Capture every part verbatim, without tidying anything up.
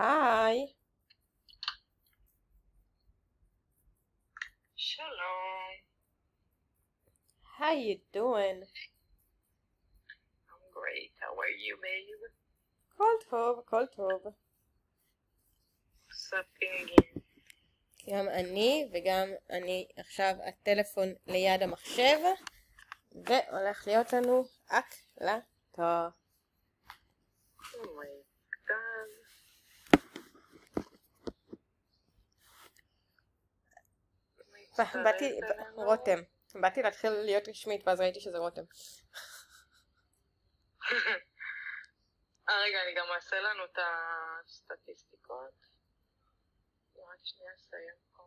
היי, Shalom. how you doing? I'm great. How are you, babe? הכל טוב, הכל טוב. עושה פינגים. גם אני וגם אני עכשיו הטלפון ליד המחשב, והולך להיות לנו הקלטה. Oh my god. באתי, רותם, באתי להתחיל להיות רשמית ואז ראיתי שזה רותם. אה, רגע, אני גם אעשה לנו את הסטטיסטיקות. רק שנייה אסיים פה.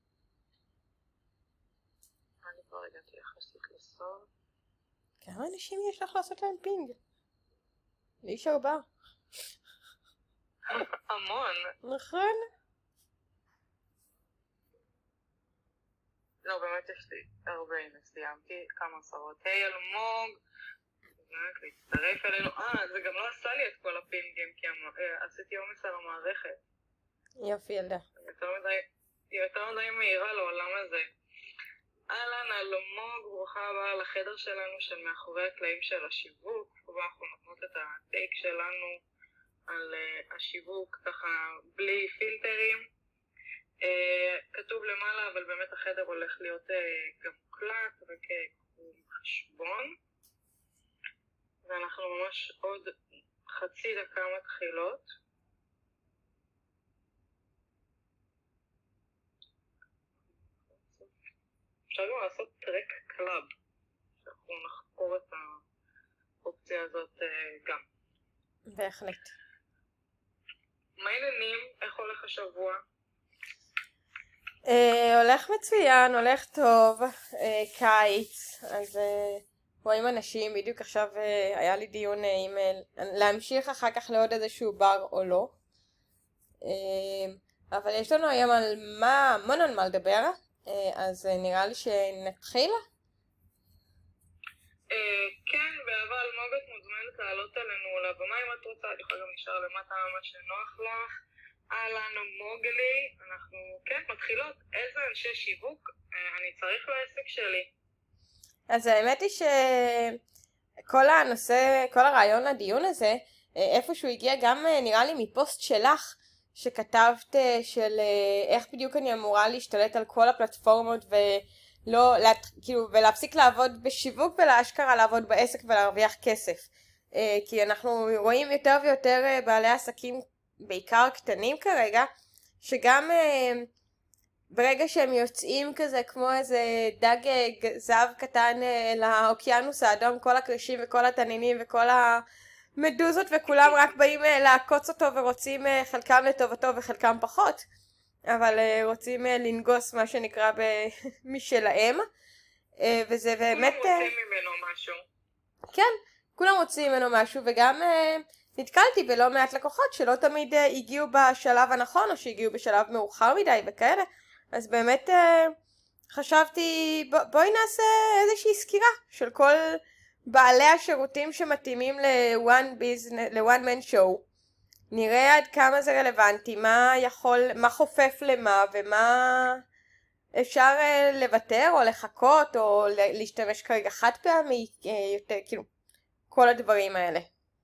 אני כבר הגעתי יחסית לסוף. כמה אנשים יש לך לעשות להם פינג? לי יש ארבע. המון. נכון? לא, באמת יש לי הרבה, הנה סיימתי כמה עשרות. היי אלמוג, באמת להצטרף אלינו. אה, זה גם לא עשה לי את כל הפינגים, כי המ- אה, עשיתי עומס על המערכת. יופי ילדה. היא יותר מדי, היא יותר מדי מהירה לעולם הזה. אהלן אלמוג, ברוכה הבאה לחדר שלנו של מאחורי הקלעים של השיווק, ובו אנחנו נותנות את הטייק שלנו על uh, השיווק ככה בלי פילטרים. Uh, כתוב למעלה, אבל באמת החדר הולך להיות uh, גם מוקלט, רק uh, חשבון. ואנחנו ממש עוד חצי דקה מתחילות. אפשר גם לעשות טרק קלאב, שאנחנו נחקור את האופציה הזאת uh, גם. בהחלט. מה העניינים? איך הולך השבוע? אה, הולך מצוין, הולך טוב, אה, קיץ, אז אה, רואים אנשים, בדיוק עכשיו אה, היה לי דיון אה, עם אה, להמשיך אחר כך לעוד איזשהו בר או לא, אה, אבל יש לנו היום על מה, המון על מה לדבר, אה, אז אה, נראה לי שנתחיל. אה, כן, באהבה אלמוג את מוזמנת לעלות עלינו לבמה אם את רוצה, את יכולה גם נשאר למטה מה שנוח לך. אהלן מוגלי, אנחנו כן מתחילות. איזה אנשי שיווק אה, אני צריך לעסק שלי? אז האמת היא שכל הנושא, כל הרעיון לדיון הזה, אה, איפשהו הגיע גם אה, נראה לי מפוסט שלך שכתבת אה, של אה, איך בדיוק אני אמורה להשתלט על כל הפלטפורמות ולא, לה, כאילו, ולהפסיק לעבוד בשיווק ולאשכרה לעבוד בעסק ולהרוויח כסף. אה, כי אנחנו רואים יותר ויותר אה, בעלי עסקים, בעיקר קטנים כרגע, שגם אה, ברגע שהם יוצאים כזה כמו איזה דג אה, ג- זהב קטן אה, לאוקיינוס האדום, כל הקרישים וכל התנינים וכל המדוזות וכולם רק באים אה, לעקוץ אותו ורוצים אה, חלקם לטובתו וחלקם פחות, אבל אה, רוצים אה, לנגוס מה שנקרא ב- משלהם, אה, וזה באמת כולם אה, רוצים ממנו משהו. כן, כולם רוצים ממנו משהו, וגם אה, נתקלתי בלא מעט לקוחות שלא תמיד אה, הגיעו בשלב הנכון או שהגיעו בשלב מאוחר מדי וכאלה, אז באמת אה, חשבתי ב- בואי נעשה איזושהי סקירה של כל בעלי השירותים שמתאימים ל-one business, ל-one man show. נראה עד כמה זה רלוונטי, מה יכול, מה חופף למה ומה אפשר אה, לוותר או לחכות או ל- להשתמש כרגע חד פעמי, אה, יותר כאילו כל הדברים האלה.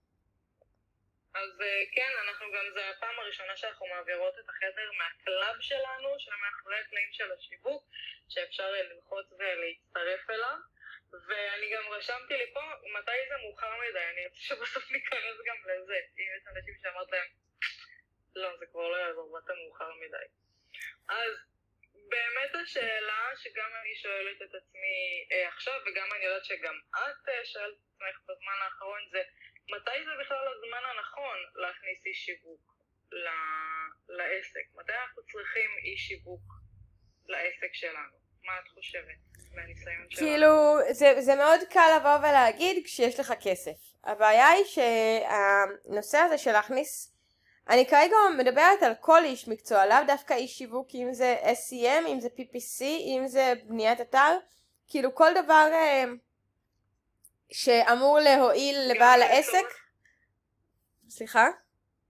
אז אה, כן, אנחנו גם, זה הפעם הראשונה שאנחנו מעבירות את החדר מהקלאב שלנו, של מאחורי הקלעים של השיווק, שאפשר אה, ללחוץ ולהצטרף אליו. ואני גם רשמתי לי פה, מתי זה מאוחר מדי, אני רוצה שבסוף ניכנס גם לזה, אם יש אנשים שאמרת להם, לא, זה כבר לא יעזור, באת מאוחר מדי. אז באמת השאלה שגם אני שואלת את עצמי אה, עכשיו, וגם אני יודעת שגם את אה, שאלת את עצמך בזמן האחרון, זה מתי זה בכלל הזמן הנכון להכניס אי שיווק ל- לעסק? מתי אנחנו צריכים אי שיווק לעסק שלנו? מה את חושבת מהניסיון שלנו? כאילו זה, זה מאוד קל לבוא ולהגיד כשיש לך כסף. הבעיה היא שהנושא הזה של להכניס, אני כרגע מדברת על כל איש מקצוע, לאו דווקא איש שיווק, אם זה אס אי אם, אם זה פי פי סי, אם זה בניית אתר, כאילו כל דבר אה, שאמור להועיל לבעל העסק. סליחה?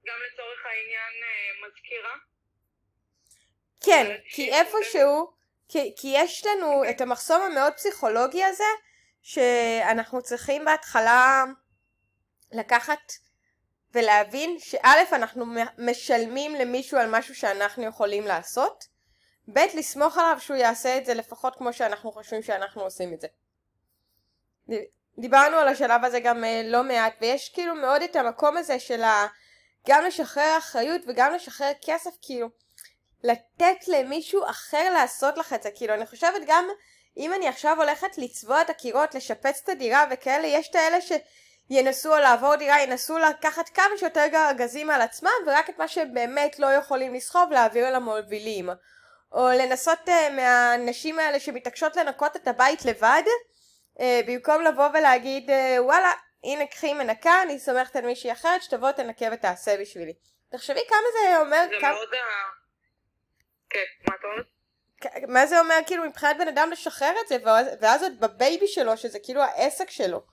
גם לצורך העניין מזכירה. כן, כי איפשהו, כי, כי יש לנו את המחסום המאוד פסיכולוגי הזה, שאנחנו צריכים בהתחלה לקחת ולהבין שא' אנחנו משלמים למישהו על משהו שאנחנו יכולים לעשות, ב' לסמוך עליו שהוא יעשה את זה לפחות כמו שאנחנו חושבים שאנחנו עושים את זה. דיברנו על השלב הזה גם לא מעט, ויש כאילו מאוד את המקום הזה של ה... גם לשחרר אחריות וגם לשחרר כסף, כאילו לתת למישהו אחר לעשות לך את זה. כאילו אני חושבת גם אם אני עכשיו הולכת לצבוע את הקירות, לשפץ את הדירה וכאלה, יש את האלה שינסו לעבור דירה, ינסו לקחת כמה שיותר גזים על עצמם, ורק את מה שבאמת לא יכולים לסחוב להעביר למובילים. או לנסות uh, מהנשים האלה שמתעקשות לנקות את הבית לבד, uh, במקום לבוא ולהגיד uh, וואלה, הנה קחי מנקה, אני סומכת על מישהי אחרת שתבוא תנקה ותעשה בשבילי. תחשבי כמה זה אומר... זה כמה... מאוד... כן, מה אתה אומר? מה זה אומר כאילו מבחינת בן אדם לשחרר את זה, ואז עוד בבייבי שלו, שזה כאילו העסק שלו.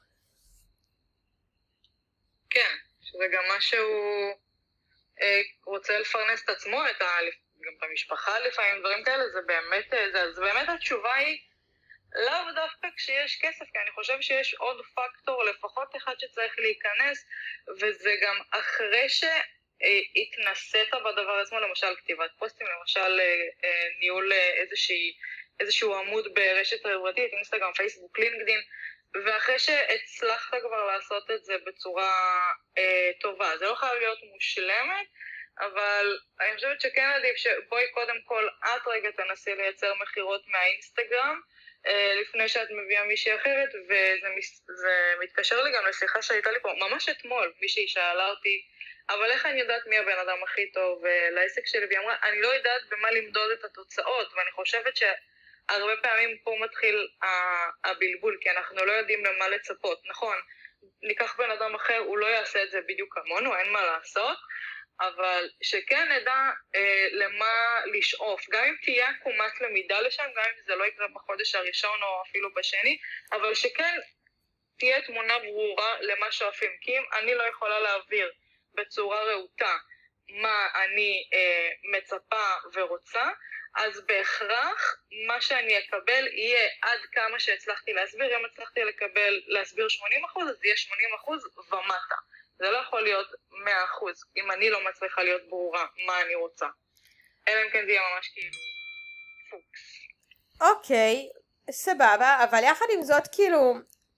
זה שזה גם מה שהוא אה, רוצה לפרנס את עצמו, את ה, גם את המשפחה לפעמים, דברים כאלה, זה באמת, זה, זה באמת התשובה היא לאו דווקא כשיש כסף, כי אני חושב שיש עוד פקטור, לפחות אחד שצריך להיכנס, וזה גם אחרי שהתנסית בדבר עצמו, למשל כתיבת פוסטים, למשל אה, ניהול איזושהי, איזשהו עמוד ברשת חברתית, אינסטגרם, פייסבוק, לינקדין, ואחרי שהצלחת כבר לעשות את זה בצורה אה, טובה, זה לא חייב להיות מושלמת, אבל אני חושבת שכן עדיף שבואי קודם כל את רגע תנסי לייצר מחירות מהאינסטגרם, אה, לפני שאת מביאה מישהי אחרת, וזה מתקשר לי גם לשיחה שהייתה לי פה, ממש אתמול, מישהי שאלה אותי, אבל איך אני יודעת מי הבן אדם הכי טוב לעסק שלי, והיא אמרה, אני לא יודעת במה למדוד את התוצאות, ואני חושבת ש... הרבה פעמים פה מתחיל הבלבול, כי אנחנו לא יודעים למה לצפות. נכון, ניקח בן אדם אחר, הוא לא יעשה את זה בדיוק כמונו, אין מה לעשות, אבל שכן נדע אה, למה לשאוף. גם אם תהיה עקומת למידה לשם, גם אם זה לא יקרה בחודש הראשון או אפילו בשני, אבל שכן תהיה תמונה ברורה למה שואפים. כי אם אני לא יכולה להעביר בצורה רעותה מה אני אה, מצפה ורוצה, אז בהכרח מה שאני אקבל יהיה עד כמה שהצלחתי להסביר. אם הצלחתי לקבל, להסביר שמונים אחוז, אז יהיה שמונים אחוז ומטה. זה לא יכול להיות מאה אחוז, אם אני לא מצליחה להיות ברורה מה אני רוצה. אלא אם כן זה יהיה ממש כאילו פוקס. אוקיי, סבבה, אבל יחד עם זאת כאילו,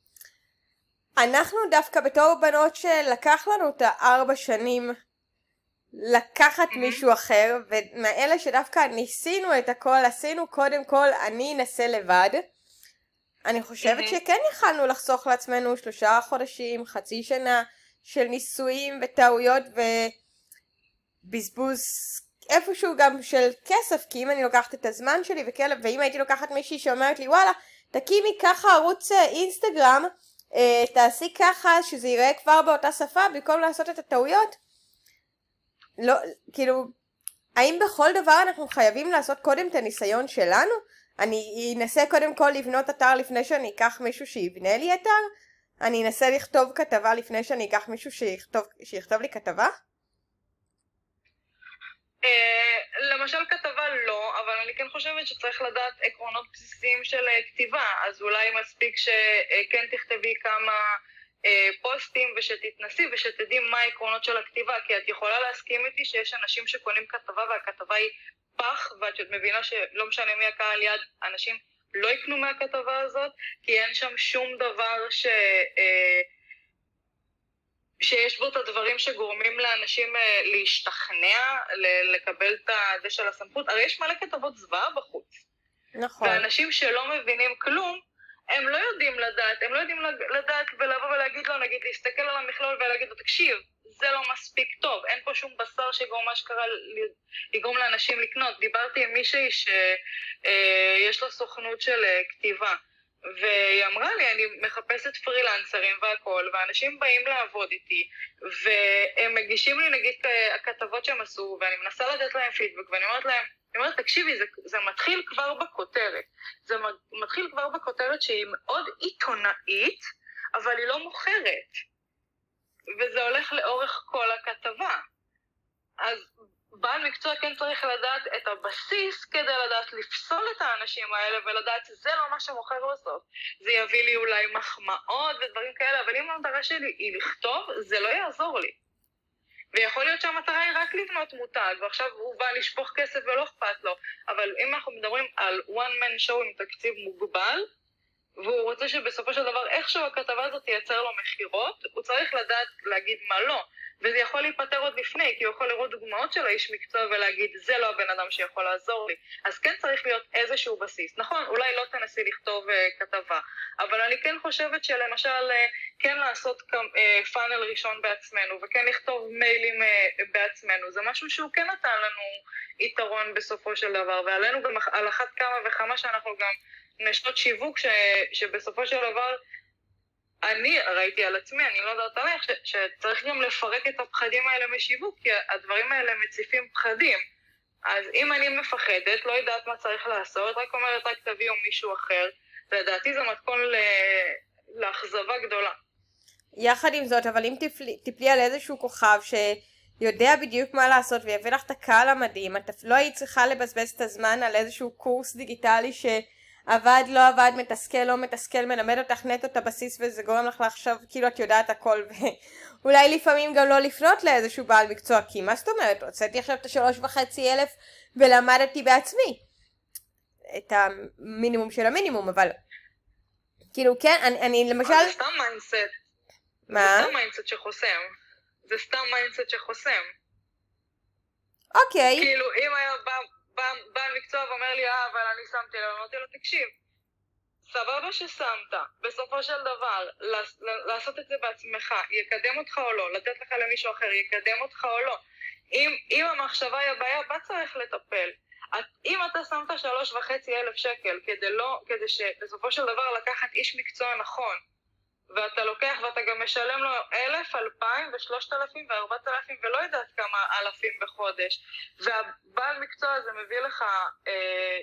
אנחנו דווקא בתור בנות שלקח לנו את הארבע שנים, לקחת mm-hmm. מישהו אחר, ומאלה שדווקא ניסינו את הכל, עשינו קודם כל אני אנסה לבד. אני חושבת mm-hmm. שכן יכלנו לחסוך לעצמנו שלושה חודשים, חצי שנה של ניסויים וטעויות ובזבוז איפשהו גם של כסף, כי אם אני לוקחת את הזמן שלי וכאלה, ואם הייתי לוקחת מישהי שאומרת לי וואלה, תקימי ככה ערוץ אינסטגרם, תעשי ככה שזה ייראה כבר באותה שפה, במקום לעשות את הטעויות, לא, כאילו, האם בכל דבר אנחנו חייבים לעשות קודם את הניסיון שלנו? אני אנסה קודם כל לבנות אתר לפני שאני אקח מישהו שיבנה לי אתר? אני אנסה לכתוב כתבה לפני שאני אקח מישהו שיכתוב, שיכתוב לי כתבה? למשל כתבה לא, אבל אני כן חושבת שצריך לדעת עקרונות בסיסיים של כתיבה, אז אולי מספיק שכן תכתבי כמה פוסטים ושתתנסי ושתדעי מה העקרונות של הכתיבה, כי את יכולה להסכים איתי שיש אנשים שקונים כתבה והכתבה היא פח, ואת מבינה שלא משנה מי הקהל יד, אנשים לא יקנו מהכתבה הזאת, כי אין שם שום דבר ש... שיש בו את הדברים שגורמים לאנשים להשתכנע, לקבל את זה של הסמכות. הרי יש מלא כתבות זוועה בחוץ. נכון. ואנשים שלא מבינים כלום, הם לא יודעים לדעת, הם לא יודעים לדעת ולבוא ולהגיד לו, נגיד, להסתכל על המכלול ולהגיד לו, תקשיב, זה לא מספיק טוב, אין פה שום בשר שגורם מה שקרה לגרום לאנשים לקנות. דיברתי עם מישהי שיש לו סוכנות של כתיבה, והיא אמרה לי, אני מחפשת פרילנסרים והכל, ואנשים באים לעבוד איתי, והם מגישים לי נגיד הכתבות שהם עשו, ואני מנסה לתת להם פידבק, ואני אומרת להם, אני אומרת, תקשיבי, זה, זה מתחיל כבר בכותרת. זה מתחיל כבר בכותרת שהיא מאוד עיתונאית, אבל היא לא מוכרת. וזה הולך לאורך כל הכתבה. כן צריך לדעת את הבסיס כדי לדעת לפסול את האנשים האלה ולדעת זה לא מה שמוכר בסוף. זה יביא לי אולי מחמאות ודברים כאלה, אבל אם המטרה שלי היא לכתוב, זה לא יעזור לי. ויכול להיות שהמטרה היא רק לבנות מותג, ועכשיו הוא בא לשפוך כסף ולא אכפת לו. אבל אם אנחנו מדברים על one man show עם תקציב מוגבל, והוא רוצה שבסופו של דבר איכשהו הכתבה הזאת תייצר לו מחירות, הוא צריך לדעת להגיד מה לא. וזה יכול להיפטר עוד לפני, כי הוא יכול לראות דוגמאות של האיש מקצוע ולהגיד, זה לא הבן אדם שיכול לעזור לי. אז כן צריך להיות איזשהו בסיס. נכון, אולי לא תנסי לכתוב uh, כתבה, אבל אני כן חושבת שלמשל, uh, כן לעשות uh, פאנל ראשון בעצמנו, וכן לכתוב מיילים uh, בעצמנו, זה משהו שהוא כן נתן לנו יתרון בסופו של דבר, ועלינו גם על אחת כמה וכמה שאנחנו גם נשות שיווק, ש, שבסופו של דבר, אני ראיתי על עצמי, אני לא יודעת עליך, ש- שצריך גם לפרק את הפחדים האלה משיווק, כי הדברים האלה מציפים פחדים. אז אם אני מפחדת, לא יודעת מה צריך לעשות, רק אומרת, רק תביאו מישהו אחר, לדעתי זה מתכון ל- לאכזבה גדולה. יחד עם זאת, אבל אם תפלי, תפלי על איזשהו כוכב שיודע בדיוק מה לעשות ויביא לך את הקהל המדהים, את לא היית צריכה לבזבז את הזמן על איזשהו קורס דיגיטלי ש... עבד, לא עבד, מתסכל, לא מתסכל, מלמד אותך נטו את הבסיס וזה גורם לך לחשוב כאילו את יודעת הכל ואולי לפעמים גם לא לפנות לאיזשהו בעל מקצוע, כי מה זאת אומרת? הוצאתי עכשיו את השלוש וחצי אלף ולמדתי בעצמי את המינימום של המינימום, אבל כאילו כן, אני, אני למשל... זה סתם מיינדסט. מה? זה סתם מיינדסט שחוסם. זה סתם מיינדסט שחוסם. אוקיי. כאילו אם היה בא... בעל מקצוע ואומר לי, אה, אבל אני שמתי לו, אמרתי לו, תקשיב, סבבה ששמת, בסופו של דבר, לעשות את זה בעצמך, יקדם אותך או לא, לתת לך למישהו אחר, יקדם אותך או לא. אם, אם המחשבה היא הבעיה, בה צריך לטפל. את, אם אתה שמת שלוש וחצי אלף שקל, כדי לא, כדי שבסופו של דבר לקחת איש מקצוע נכון, ואתה לוקח ואתה גם משלם לו אלף, אלפיים ושלושת אלפים וארבעת אלפים ולא יודעת כמה אלפים בחודש, והבעל מקצוע הזה מביא לך אה,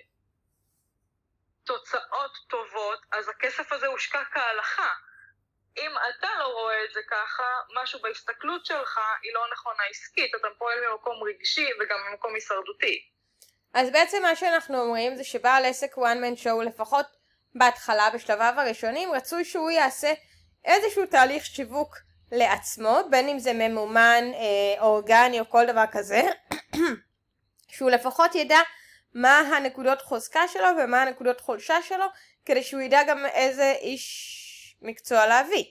תוצאות טובות, אז הכסף הזה הושקע כהלכה. אם אתה לא רואה את זה ככה, משהו בהסתכלות שלך היא לא נכונה עסקית, אתה פועל ממקום רגשי וגם ממקום הישרדותי. אז בעצם מה שאנחנו אומרים זה שבעל עסק one man show, לפחות בהתחלה בשלביו הראשונים, רצוי שהוא יעשה איזשהו תהליך שיווק לעצמו, בין אם זה ממומן, אה, אורגני או כל דבר כזה, שהוא לפחות ידע מה הנקודות חוזקה שלו ומה הנקודות חולשה שלו, כדי שהוא ידע גם איזה איש מקצוע להביא.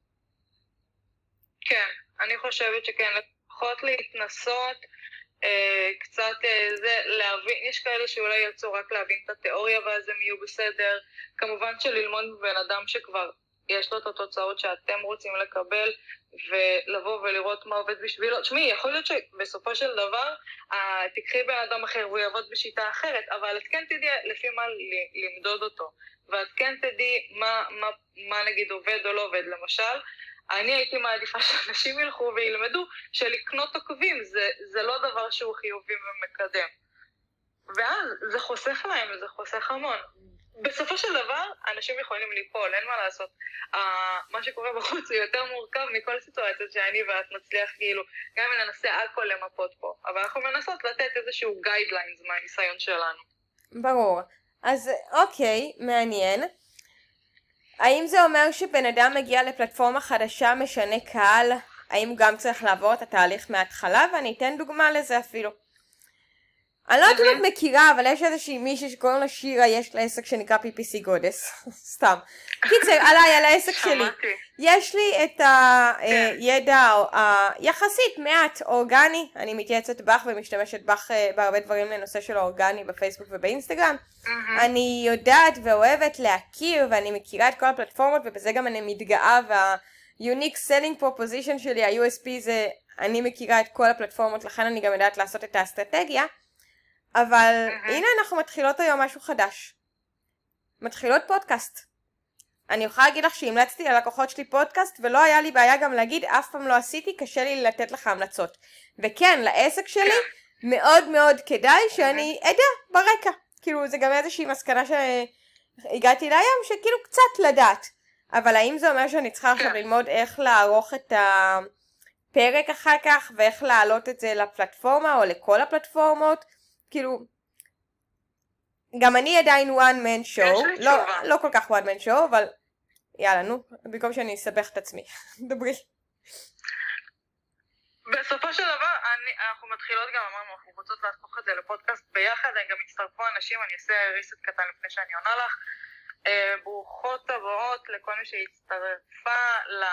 כן, אני חושבת שכן, לפחות להתנסות, אה, קצת אה, זה, להבין, יש כאלה שאולי ירצו רק להבין את התיאוריה ואז הם יהיו בסדר, כמובן שללמוד בבן אדם שכבר יש לו את התוצאות שאתם רוצים לקבל, ולבוא ולראות מה עובד בשבילו. תשמעי, יכול להיות שבסופו של דבר, תקחי בן אדם אחר והוא יעבוד בשיטה אחרת, אבל את כן תדעי לפי מה למדוד אותו, ואת כן תדעי מה, מה, מה נגיד עובד או לא עובד. למשל, אני הייתי מעדיפה שאנשים ילכו וילמדו שלקנות עוקבים זה, זה לא דבר שהוא חיובי ומקדם. ואז זה חוסך להם, זה חוסך המון. בסופו של דבר, אנשים יכולים ליפול, אין מה לעשות. Uh, מה שקורה בחוץ הוא יותר מורכב מכל סיטואציות שאני ואת נצליח כאילו, גם אם ננסה הכל למפות פה. אבל אנחנו מנסות לתת איזשהו גיידליינס מהניסיון שלנו. ברור. אז אוקיי, מעניין. האם זה אומר שבן אדם מגיע לפלטפורמה חדשה, משנה קהל? האם הוא גם צריך לעבור את התהליך מההתחלה? ואני אתן דוגמה לזה אפילו. אני לא יודעת אם את מכירה, אבל יש איזושהי מישהי שקוראים לה שירה, יש לה עסק שנקרא פי פי סי גודס, סתם. קיצר, עליי, על העסק שלי. יש לי את הידע היחסית מעט אורגני, אני מתייעצת בך ומשתמשת בך בהרבה דברים לנושא של האורגני בפייסבוק ובאינסטגרם. אני יודעת ואוהבת להכיר, ואני מכירה את כל הפלטפורמות, ובזה גם אני מתגאה, וה-unique selling proposition שלי, ה-יו אס פי זה, אני מכירה את כל הפלטפורמות, לכן אני גם יודעת לעשות את האסטרטגיה. אבל uh-huh. הנה אנחנו מתחילות היום משהו חדש. מתחילות פודקאסט. אני יכולה להגיד לך שהמלצתי ללקוחות שלי פודקאסט, ולא היה לי בעיה גם להגיד, אף פעם לא עשיתי, קשה לי לתת לך המלצות. וכן, לעסק שלי מאוד מאוד כדאי שאני uh-huh. אדע ברקע. כאילו זה גם איזושהי מסקנה שהגעתי להיום, שכאילו קצת לדעת. אבל האם זה אומר שאני צריכה עכשיו ללמוד איך לערוך את פרק אחר כך, ואיך להעלות את זה לפלטפורמה או לכל הפלטפורמות, כאילו, גם אני עדיין one man show, לא, לא כל כך one man show, אבל יאללה, נו, במקום שאני אסבך את עצמי, דברי. בסופו של דבר, אני, אנחנו מתחילות גם, אמרנו, אנחנו רוצות להפוך את זה לפודקאסט ביחד, אני גם הצטרפו אנשים, אני אעשה ריסט קטן לפני שאני עונה לך. אה, ברוכות הבאות לכל מי שהצטרפה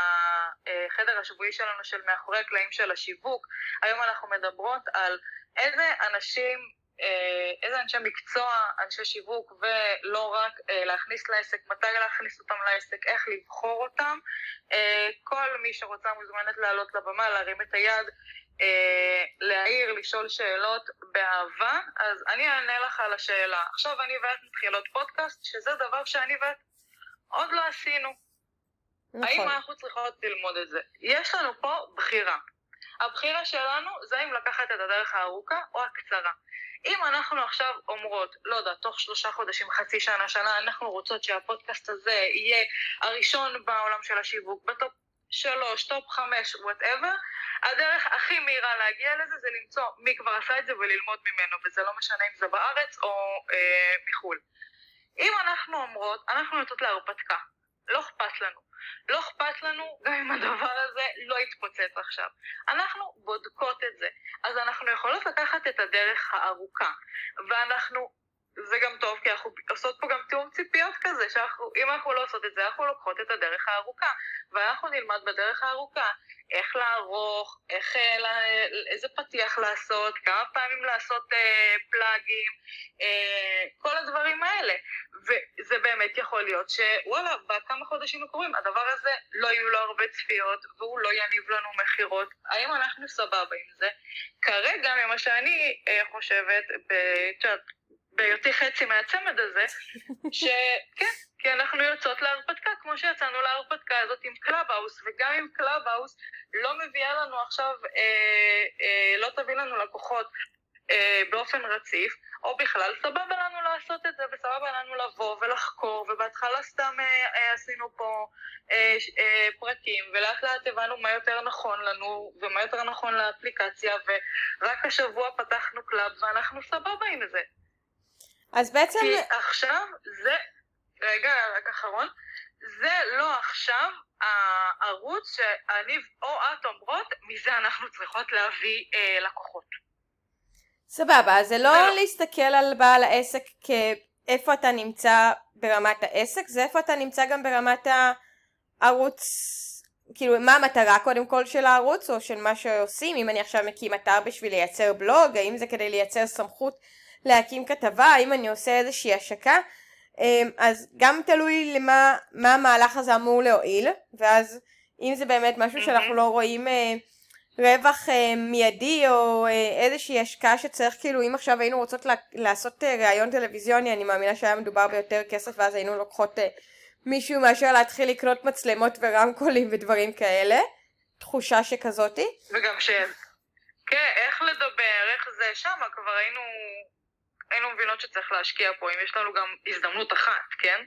לחדר השבועי שלנו של מאחורי הקלעים של השיווק. היום אנחנו מדברות על איזה אנשים, אה, איזה אנשי מקצוע, אנשי שיווק, ולא רק אה, להכניס לעסק, מתי להכניס אותם לעסק, איך לבחור אותם. אה, כל מי שרוצה מוזמנת לעלות לבמה, להרים את היד, אה, להעיר, לשאול שאלות באהבה. אז אני אענה לך על השאלה. עכשיו אני ואת מתחילות פודקאסט, שזה דבר שאני ואת עוד לא עשינו. נכון. האם אנחנו צריכות ללמוד את זה? יש לנו פה בחירה. הבחירה שלנו זה אם לקחת את הדרך הארוכה או הקצרה. אם אנחנו עכשיו אומרות, לא יודע, תוך שלושה חודשים, חצי שנה, שנה, אנחנו רוצות שהפודקאסט הזה יהיה הראשון בעולם של השיווק, בטופ שלוש, טופ חמש, whatever, הדרך הכי מהירה להגיע לזה זה למצוא מי כבר עשה את זה וללמוד ממנו, וזה לא משנה אם זה בארץ או אה, מחול. אם אנחנו אומרות, אנחנו נותנות להרפתקה, לא אכפת לנו. לא אכפת לנו גם אם הדבר הזה לא יתפוצץ עכשיו. אנחנו בודקות את זה. אז אנחנו יכולות לקחת את הדרך הארוכה. ואנחנו, זה גם טוב, כי אנחנו עושות פה גם תיאום ציפיות כזה, שאם אנחנו לא עושות את זה, אנחנו לוקחות את הדרך הארוכה. ואנחנו נלמד בדרך הארוכה איך לערוך, איך, איזה פתיח לעשות, כמה פעמים לעשות אה, פלאגים, אה, כל הדברים האלה. וזה באמת יכול להיות שוואלה, בכמה חודשים הקרובים, הדבר הזה לא יהיו לו הרבה צפיות, והוא לא יניב לנו מחירות. האם אנחנו סבבה עם זה? כרגע, ממה שאני אה, חושבת, בצ'אט, בהיותי חצי מהצמד הזה, שכן, כי אנחנו יוצאות להרפתקה, כמו שיצאנו להרפתקה הזאת עם קלאבהאוס, וגם עם קלאבהאוס לא מביאה לנו עכשיו, אה, אה, לא תביא לנו לקוחות אה, באופן רציף, או בכלל סבבה לנו לעשות את זה, וסבבה לנו לבוא ולחקור, ובהתחלה סתם אה, אה, עשינו פה אה, אה, פרקים, ולאט לאט הבנו מה יותר נכון לנו, ומה יותר נכון לאפליקציה, ורק השבוע פתחנו קלאב, ואנחנו סבבה עם זה. אז בעצם... כי עכשיו זה, רגע, רק אחרון, זה לא עכשיו הערוץ שאני או את אומרות, מזה אנחנו צריכות להביא אה, לקוחות. סבבה, אז זה לא להסתכל על בעל העסק כאיפה אתה נמצא ברמת העסק, זה איפה אתה נמצא גם ברמת הערוץ, כאילו מה המטרה קודם כל של הערוץ או של מה שעושים. אם אני עכשיו מקים אתר בשביל לייצר בלוג, האם זה כדי לייצר סמכות להקים כתבה, האם אני עושה איזושהי השקה, אז גם תלוי למה מה המהלך הזה אמור להועיל, ואז אם זה באמת משהו שאנחנו לא רואים רווח מיידי או איזושהי השקעה שצריך, כאילו אם עכשיו היינו רוצות לעשות ראיון טלוויזיוני, אני מאמינה שהיה מדובר ביותר כסף, ואז היינו לוקחות מישהו מאשר להתחיל לקנות מצלמות ורמקולים ודברים כאלה, תחושה שכזאתי. וגם ש... כן, איך לדבר, איך זה, שם כבר היינו... היינו מבינות שצריך להשקיע פה, אם יש לנו גם הזדמנות אחת, כן?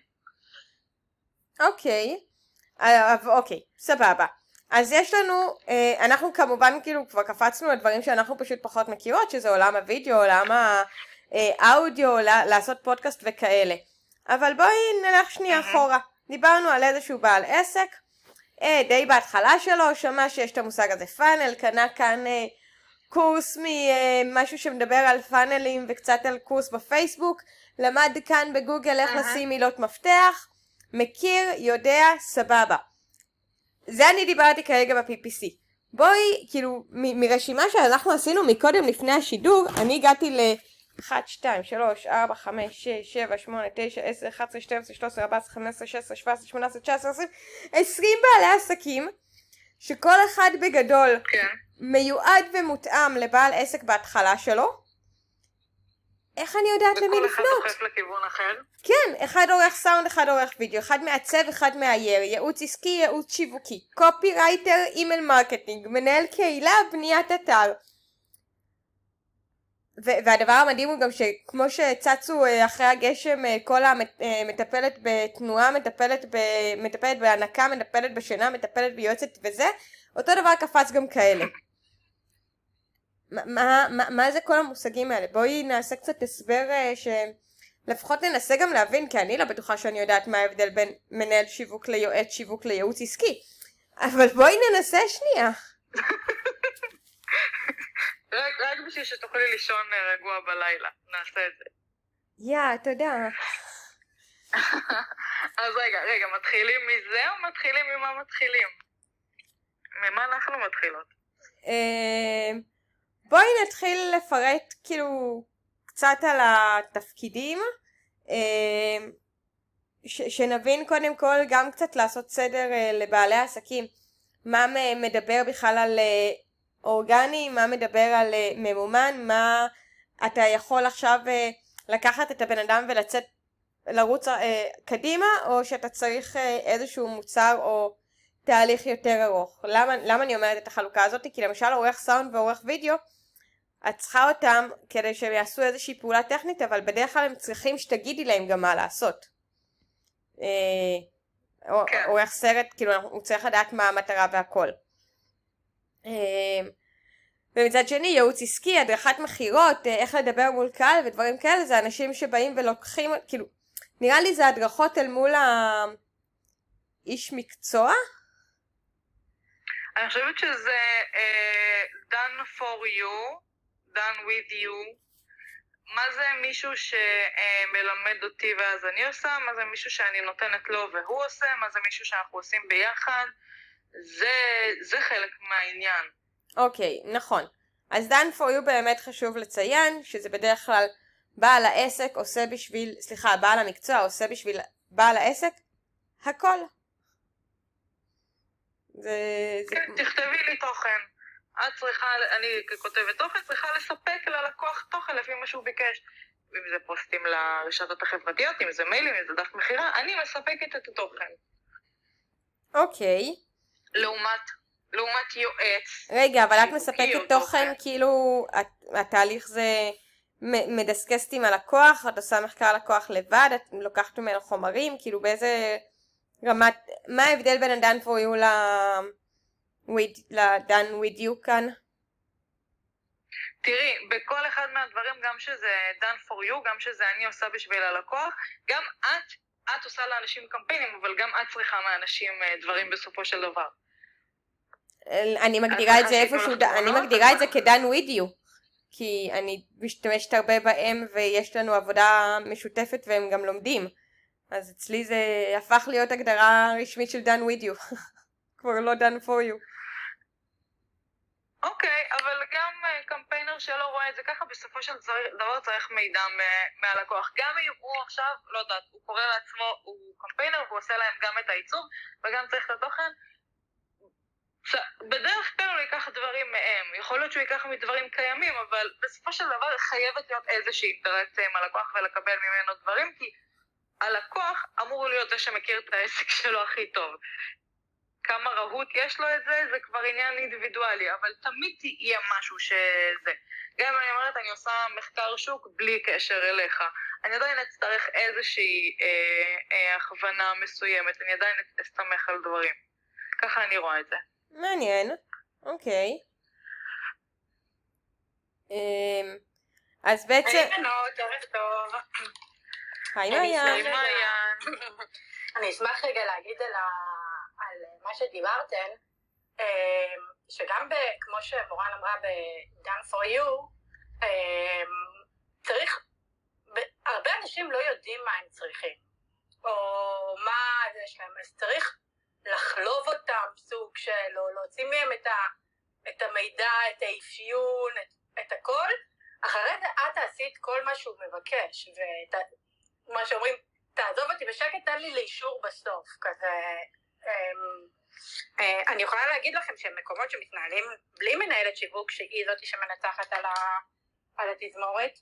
אוקיי, אוקיי, סבבה. אז יש לנו, אנחנו כמובן כאילו כבר קפצנו לדברים שאנחנו פשוט פחות מכירות, שזה עולם הוידאו, עולם האודיו, לעשות פודקאסט וכאלה. אבל בואי נלך שנייה אחורה. דיברנו על איזשהו בעל עסק, די בהתחלה שלו, שמע שיש את המושג הזה פאנל, קנה כאן... קורס ממשהו שמדבר על פאנלים וקצת על קורס בפייסבוק, למד כאן בגוגל איך לשים מילות מפתח, מכיר, יודע, סבבה. זה אני דיברתי כרגע ב-פי פי סי. בואי, כאילו, מ- מרשימה שאנחנו עשינו מקודם לפני השידור, אני הגעתי ל-אחת, שתיים, שלוש, ארבע, חמש, שש, שבע, שמונה, תשע, עשר, אחת עשרה, שתים עשרה, שלוש עשרה, ארבע עשרה, חמש עשרה, שש עשרה, שבע עשרה, שמונה עשרה, תשע עשרה, עשרים בעלי עסקים, שכל אחד בגדול כן. מיועד ומותאם לבעל עסק בהתחלה שלו. איך אני יודעת למי לפנות? וכל אחד דוחף לכיוון אחר. כן, אחד עורך סאונד, אחד עורך וידאו, אחד מעצב, אחד מאייר, ייעוץ עסקי, ייעוץ שיווקי, קופי רייטר, אימייל מרקטינג, מנהל קהילה, בניית אתר. ו- והדבר המדהים הוא גם שכמו שצצו אחרי הגשם, כל המטפלת בתנועה, מטפלת, ב- מטפלת בהנקה, מטפלת בשינה, מטפלת ביועצת וזה, אותו דבר קפץ גם כאלה. מה, מה, מה זה כל המושגים האלה? בואי נעשה קצת הסבר שלפחות ננסה גם להבין, כי אני לא בטוחה שאני יודעת מה ההבדל בין מנהל שיווק ליועץ שיווק לייעוץ עסקי. אבל בואי ננסה שנייה. רק, רק בשביל שתוכלי לישון רגוע בלילה, נעשה את זה. יא, תודה. אז רגע, רגע, מתחילים מזה או מתחילים ממה מתחילים? ממה אנחנו מתחילות? בואי נתחיל לפרט כאילו קצת על התפקידים, ש- שנבין קודם כל גם קצת לעשות סדר לבעלי העסקים, מה מדבר בכלל על אורגני, מה מדבר על ממומן, מה אתה יכול עכשיו לקחת את הבן אדם ולצאת לרוץ קדימה, או שאתה צריך איזשהו מוצר או תהליך יותר ארוך. למה, למה אני אומרת את החלוקה הזאת? כי למשל עורך סאונד ועורך וידאו, את צריכה אותם כדי שהם יעשו איזושהי פעולה טכנית, אבל בדרך כלל הם צריכים שתגידי להם גם מה לעשות. כן. עורך סרט, כאילו הוא צריך לדעת מה המטרה והכל. ומצד שני, ייעוץ עסקי, הדרכת מחירות, איך לדבר מול קהל ודברים כאלה, זה אנשים שבאים ולוקחים, כאילו, נראה לי זה הדרכות אל מול האיש מקצוע. אני חושבת שזה uh, done for you, done with you. מה זה מישהו שמלמד אותי ואז אני עושה, מה זה מישהו שאני נותנת לו והוא עושה, מה זה מישהו שאנחנו עושים ביחד. זה, זה חלק מהעניין. אוקיי, okay, נכון. אז done for you באמת חשוב לציין, שזה בדרך כלל בעל העסק עושה בשביל, סליחה, בעל המקצוע עושה בשביל בעל העסק הכל. זה, זה... כן, תכתבי לי תוכן. את צריכה, אני ככותבת תוכן, צריכה לספק ללקוח תוכן לפי מה שהוא ביקש. אם זה פוסטים לרשתות החברתיות, אם זה מיילים, אם זה דף מחירה, אני מספקת את התוכן. אוקיי. Okay. לעומת, לעומת יועץ. רגע, אבל את מספקת תוכן, כאילו, התהליך זה מדסקסת עם הלקוח, את עושה מחקר לקוח לבד, את לוקחת ממנו חומרים, כאילו באיזה רמת, מה ההבדל בין ה-done for you ל-done with you כאן? תראי, בכל אחד מהדברים, גם שזה done for you, גם שזה אני עושה בשביל הלקוח, גם את, את עושה לאנשים קמפיינים, אבל גם את צריכה מאנשים דברים בסופו של דבר. אני מגדירה את זה איפשהו, אני מגדירה את זה כ-done with you, כי אני משתמשת הרבה בהם ויש לנו עבודה משותפת והם גם לומדים. אז אצלי זה הפך להיות הגדרה רשמית של done with you, כבר לא done for you. אוקיי, אבל גם קמפיינר שלא רואה את זה ככה, בסופו של דבר צריך מידע מהלקוח. גם אם הוא עכשיו, לא יודעת, הוא קורא לעצמו, הוא קמפיינר והוא עושה להם גם את העיצוב וגם צריך את התוכן, בדרך כלל הוא ייקח דברים מהם, יכול להיות שהוא ייקח מדברים קיימים, אבל בסופו של דבר חייבת להיות איזושהי אינטראקציה עם הלקוח ולקבל ממנו דברים, כי הלקוח אמור להיות זה שמכיר את העסק שלו הכי טוב. כמה רהוט יש לו את זה, זה כבר עניין אינדיבידואלי, אבל תמיד יהיה משהו שזה. גם אם אני אומרת, אני עושה מחקר שוק בלי קשר אליך, אני עדיין אצטרך איזושהי אה, אה, הכוונה מסוימת, אני עדיין אסתמך על דברים. ככה אני רואה את זה. מעניין, אוקיי. אז בעצם... היי בנות, ערב טוב. היי מעיין. אני אשמח רגע להגיד על מה שדיברתן, שגם כמו שמורן אמרה ב-done for you, צריך, הרבה אנשים לא יודעים מה הם צריכים, או מה זה שלהם, אז צריך לחלוב אותם סוג של, או להוציא מהם את, ה, את המידע, את האפיון, את, את הכל, אחרי זה את תעשי את כל מה שהוא מבקש, ומה שאומרים, תעזוב אותי בשקט, תן לי לאישור בסוף, כזה. אני יכולה להגיד לכם שמקומות שמתנהלים בלי מנהלת שיווק, שהיא זאת שמנצחת על, ה, על התזמורת,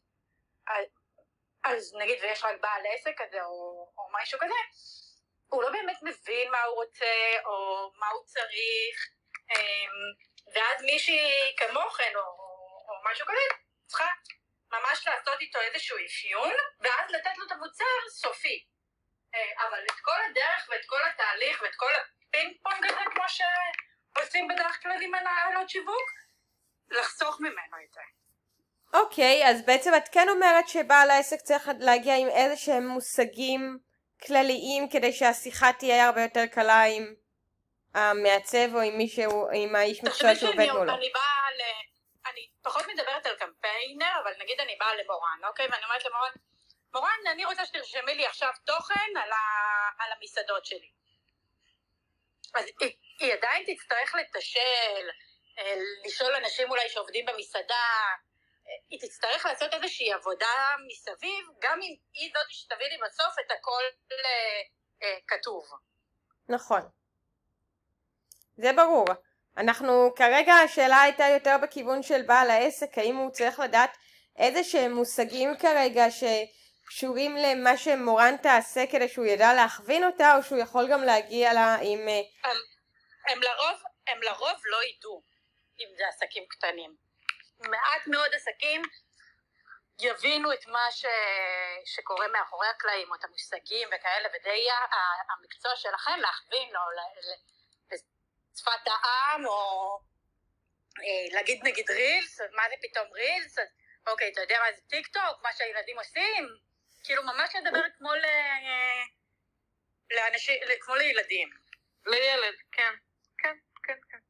אז נגיד ויש רק בעל עסק כזה, או, או משהו כזה, הוא לא באמת מבין מה הוא רוצה, או מה הוא צריך, ואז מישהי כמוכן, או, או משהו כזה, צריכה ממש לעשות איתו איזשהו אפיון, ואז לתת לו את המוצר סופי. אבל את כל הדרך, ואת כל התהליך, ואת כל הפינג פונג הזה, כמו, ש... עושים בדרך כלל עם מנהלות שיווק, לחסוך ממנו את זה. אוקיי, אז בעצם את כן אומרת שבעל העסק צריך להגיע עם איזה שהם מושגים כלליים כדי שהשיחה תהיה הרבה יותר קלה עם המעצב או עם מישהו, עם האיש מקצוע שעובד מולו. אני באה ל... אני פחות מדברת על קמפיינר, אבל נגיד אני באה למורן, אוקיי? ואני אומרת למורן, מורן, אני רוצה שתרשמי לי עכשיו תוכן על, ה... על המסעדות שלי. אז היא, היא עדיין תצטרך לתשל, לשאול אנשים אולי שעובדים במסעדה, היא תצטרך לעשות איזושהי עבודה מסביב, גם אם היא זאת שתביא לי בסוף את הכל אה, כתוב. נכון. זה ברור. אנחנו, כרגע השאלה הייתה יותר בכיוון של בעל העסק, האם הוא צריך לדעת איזה שהם מושגים כרגע שקשורים למה שמורן תעשה כדי שהוא ידע להכווין אותה, או שהוא יכול גם להגיע לה עם... הם, הם, לרוב, הם לרוב לא ידעו אם זה עסקים קטנים. מעט מאוד עסקים יבינו את מה ש... שקורה מאחורי הקלעים, או את המושגים וכאלה, ודי המקצוע שלכם להכווין, או לשפת העם, או להגיד נגיד רילס, אז מה זה פתאום רילס? אז, אוקיי, אתה יודע מה זה טיק טוק, מה שהילדים עושים? כאילו ממש לדבר כמו ל... לאנשים, כמו לילדים. לילד, כן, כן, כן, כן.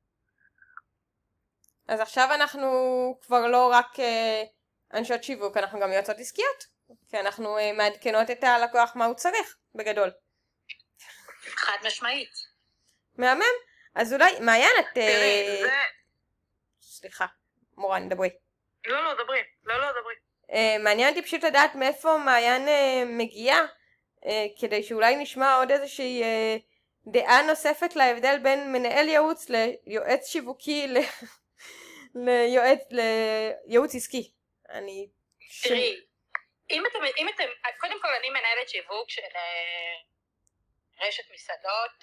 אז עכשיו אנחנו כבר לא רק אנשות שיווק, אנחנו גם יועצות עסקיות, כי אנחנו מעדכנות את הלקוח מה הוא צריך, בגדול. חד משמעית. מהמם. אז אולי, מעיין, את... תראי, זה... סליחה, מורן, דברי. לא, לא, דברי. לא, לא, דברי. מעניין אותי פשוט לדעת מאיפה מעיין מגיעה, כדי שאולי נשמע עוד איזושהי דעה נוספת להבדל בין מנהל ייעוץ ליועץ שיווקי ל... ליועץ, לייעוץ עסקי. אני... תראי, אם אתם, אם אתם, קודם כל אני מנהלת שיווק של רשת מסעדות,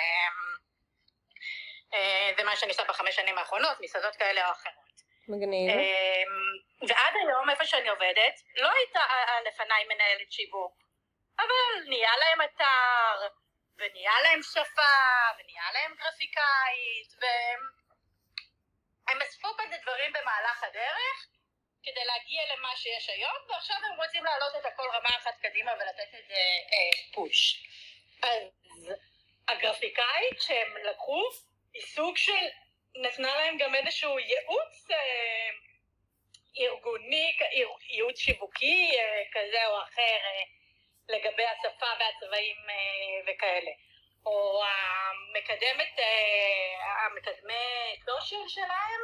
זה מה שאני עושה בחמש שנים האחרונות, מסעדות כאלה או אחרות. מגניב. ועד היום, איפה שאני עובדת, לא הייתה לפניי מנהלת שיווק, אבל נהיה להם אתר, ונהיה להם שפה, ונהיה להם גרפיקאית, והם... הם אספו בזה דברים במהלך הדרך, כדי להגיע למה שיש היום, ועכשיו הם רוצים להעלות את הכל רמה אחת קדימה ולתת את זה אה, פוש. אז הגרפיקאית שהם לקחו, היא סוג של נתנה להם גם איזשהו ייעוץ אה, ארגוני, ייעוץ שיווקי אה, כזה או אחר, אה, לגבי השפה והצבעים אה, וכאלה. או המקדמת, המקדמי סושיאל שלהם,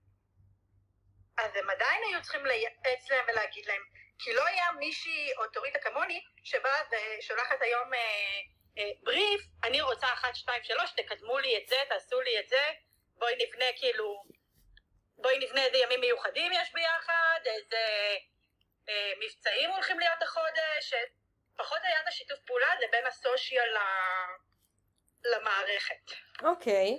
אז הם עדיין היו צריכים לייעץ להם ולהגיד להם, כי לא היה מישהי אוטוריטה כמוני, שבאה ושולחת היום בריף, אני רוצה אחת, שתיים, שלוש, תקדמו לי את זה, תעשו לי את זה, בואי נבנה כאילו, בואי נבנה איזה ימים מיוחדים יש ביחד, איזה מבצעים הולכים להיות החודש, פחות היה את השיתוף פעולה, זה בין הסושיאל ל... למערכת. אוקיי.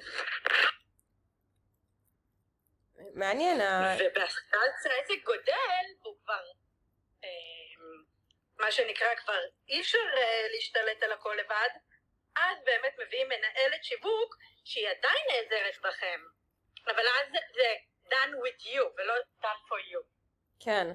מעניין. ובהשקעת העסק גודל, הוא כבר, אה, מה שנקרא כבר אי אפשר אה, להשתלט על הכל לבד, אז באמת מביאים מנהלת שיווק שהיא עדיין נעזרת בכם. אבל אז זה, זה done with you ולא done for you. כן.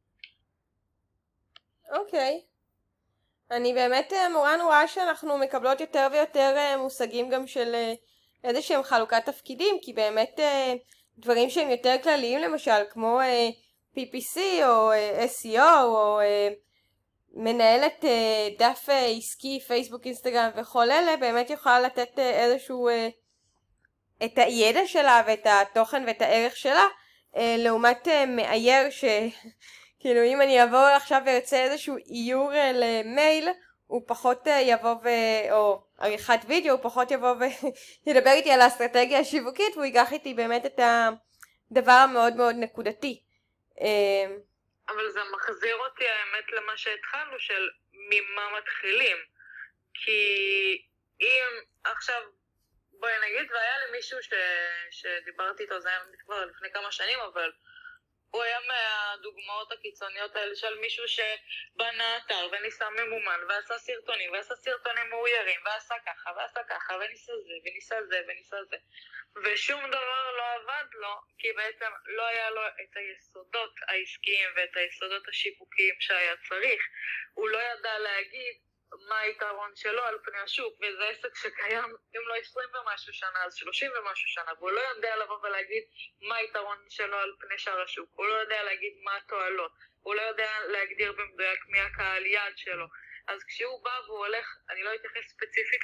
אוקיי. אני באמת מורן רואה שאנחנו מקבלות יותר ויותר מושגים גם של איזה שהם חלוקת תפקידים, כי באמת דברים שהם יותר כלליים למשל, כמו פי פי סי או אס אי או או מנהלת דף עסקי, פייסבוק, אינסטגרם וכל אלה, באמת יכולה לתת איזשהו את הידע שלה ואת התוכן ואת הערך שלה, לעומת מאייר ש... כאילו אם אני אבוא עכשיו ויוצא איזשהו איור למייל, הוא פחות יבוא ו... או עריכת וידאו, הוא פחות יבוא וידבר איתי על האסטרטגיה השיווקית, והוא ייקח איתי באמת את הדבר המאוד מאוד נקודתי. אבל זה מחזיר אותי האמת למה שהתחלנו, של ממה מתחילים. כי אם עכשיו, בואי נגיד, והיה לי מישהו ש... שדיברתי איתו, זה היה כבר לפני כמה שנים, אבל הוא היה מהדוגמאות הקיצוניות האלה של מישהו שבנה אתר וניסה ממומן ועשה סרטונים ועשה סרטונים מאוירים ועשה ככה ועשה ככה וניסה זה וניסה זה וניסה זה ושום דבר לא עבד לו כי בעצם לא היה לו את היסודות העסקיים ואת היסודות השיווקיים שהיה צריך. הוא לא ידע להגיד מה היתרון שלו על פני השוק, וזה עסק שקיים אם לא עשרים ומשהו שנה, אז שלושים ומשהו שנה, והוא לא יודע לבוא ולהגיד מה היתרון שלו על פני שאר השוק, הוא לא יודע להגיד מה התועלות, הוא לא יודע להגדיר במדויק מי הקהל יעד שלו. אז כשהוא בא והוא הולך, אני לא אתייחס ספציפית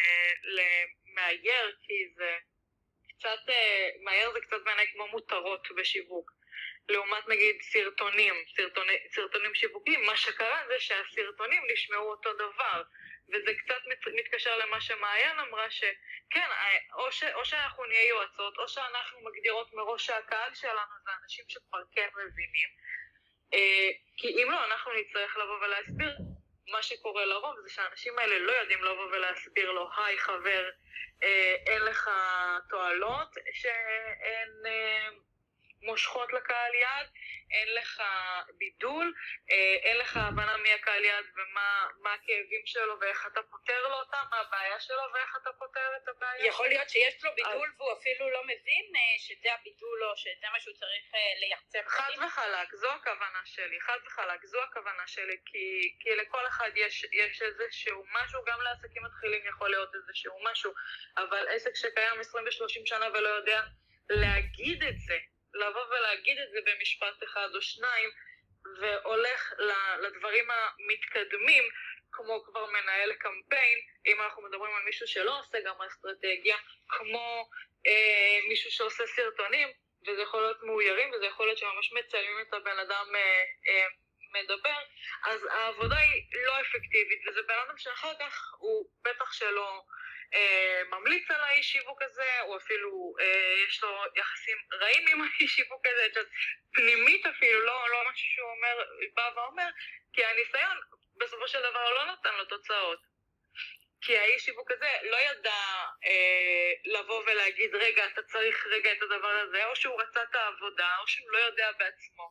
למאייר, כי זה קצת, מאייר זה קצת בעיניי כמו מותרות בשיווק. לעומת נגיד סרטונים, סרטוני, סרטונים שיווקיים, מה שקרה זה שהסרטונים נשמעו אותו דבר, וזה קצת מתקשר למה שמעיין אמרה שכן, או, ש, או שאנחנו נהיה יועצות, או שאנחנו מגדירות מראש שהקהל שלנו זה אנשים שכבר כן מבינים, כי אם לא, אנחנו נצטרך לבוא ולהסביר. מה שקורה לרוב זה שהאנשים האלה לא יודעים לבוא ולהסביר לו, היי חבר, אין לך תועלות, שאין מושכות לקהל יעד, אין לך בידול, אין לך הבנה מי הקהל יעד ומה מה הכאבים שלו ואיך אתה פותר לו אותם, מה הבעיה שלו ואיך אתה פותר את הבעיה. יכול להיות שיש לו בידול והוא אפילו לא מבין שזה הבידול או שזה מה שהוא צריך לייצר. חד וחלק, זו הכוונה שלי, חד וחלק, זו הכוונה שלי, כי, כי לכל אחד יש, יש איזשהו משהו, גם לעסקים מתחילים יכול להיות איזשהו משהו, אבל עסק שקיים עשרים ושלושים שנה ולא יודע להגיד את זה, לבוא ולהגיד את זה במשפט אחד או שניים, והולך לדברים המתקדמים, כמו כבר מנהל קמפיין, אם אנחנו מדברים על מישהו שלא עושה גם אסטרטגיה, כמו אה, מישהו שעושה סרטונים, וזה יכול להיות מאוירים, וזה יכול להיות שממש מצלמים את הבן אדם אה, אה, מדבר, אז העבודה היא לא אפקטיבית, וזה בן אדם שאחר כך הוא בטח שלא ממליץ על האיש שיווק הזה, או אפילו אה, יש לו יחסים רעים עם האיש שיווק הזה, שאת פנימית אפילו, לא, לא משהו שהוא אומר, בא ואומר, כי הניסיון בסופו של דבר לא נתן לו תוצאות. כי האיש שיווק הזה לא ידע אה, לבוא ולהגיד, רגע, אתה צריך רגע את הדבר הזה, או שהוא רצה את העבודה, או שהוא לא יודע בעצמו.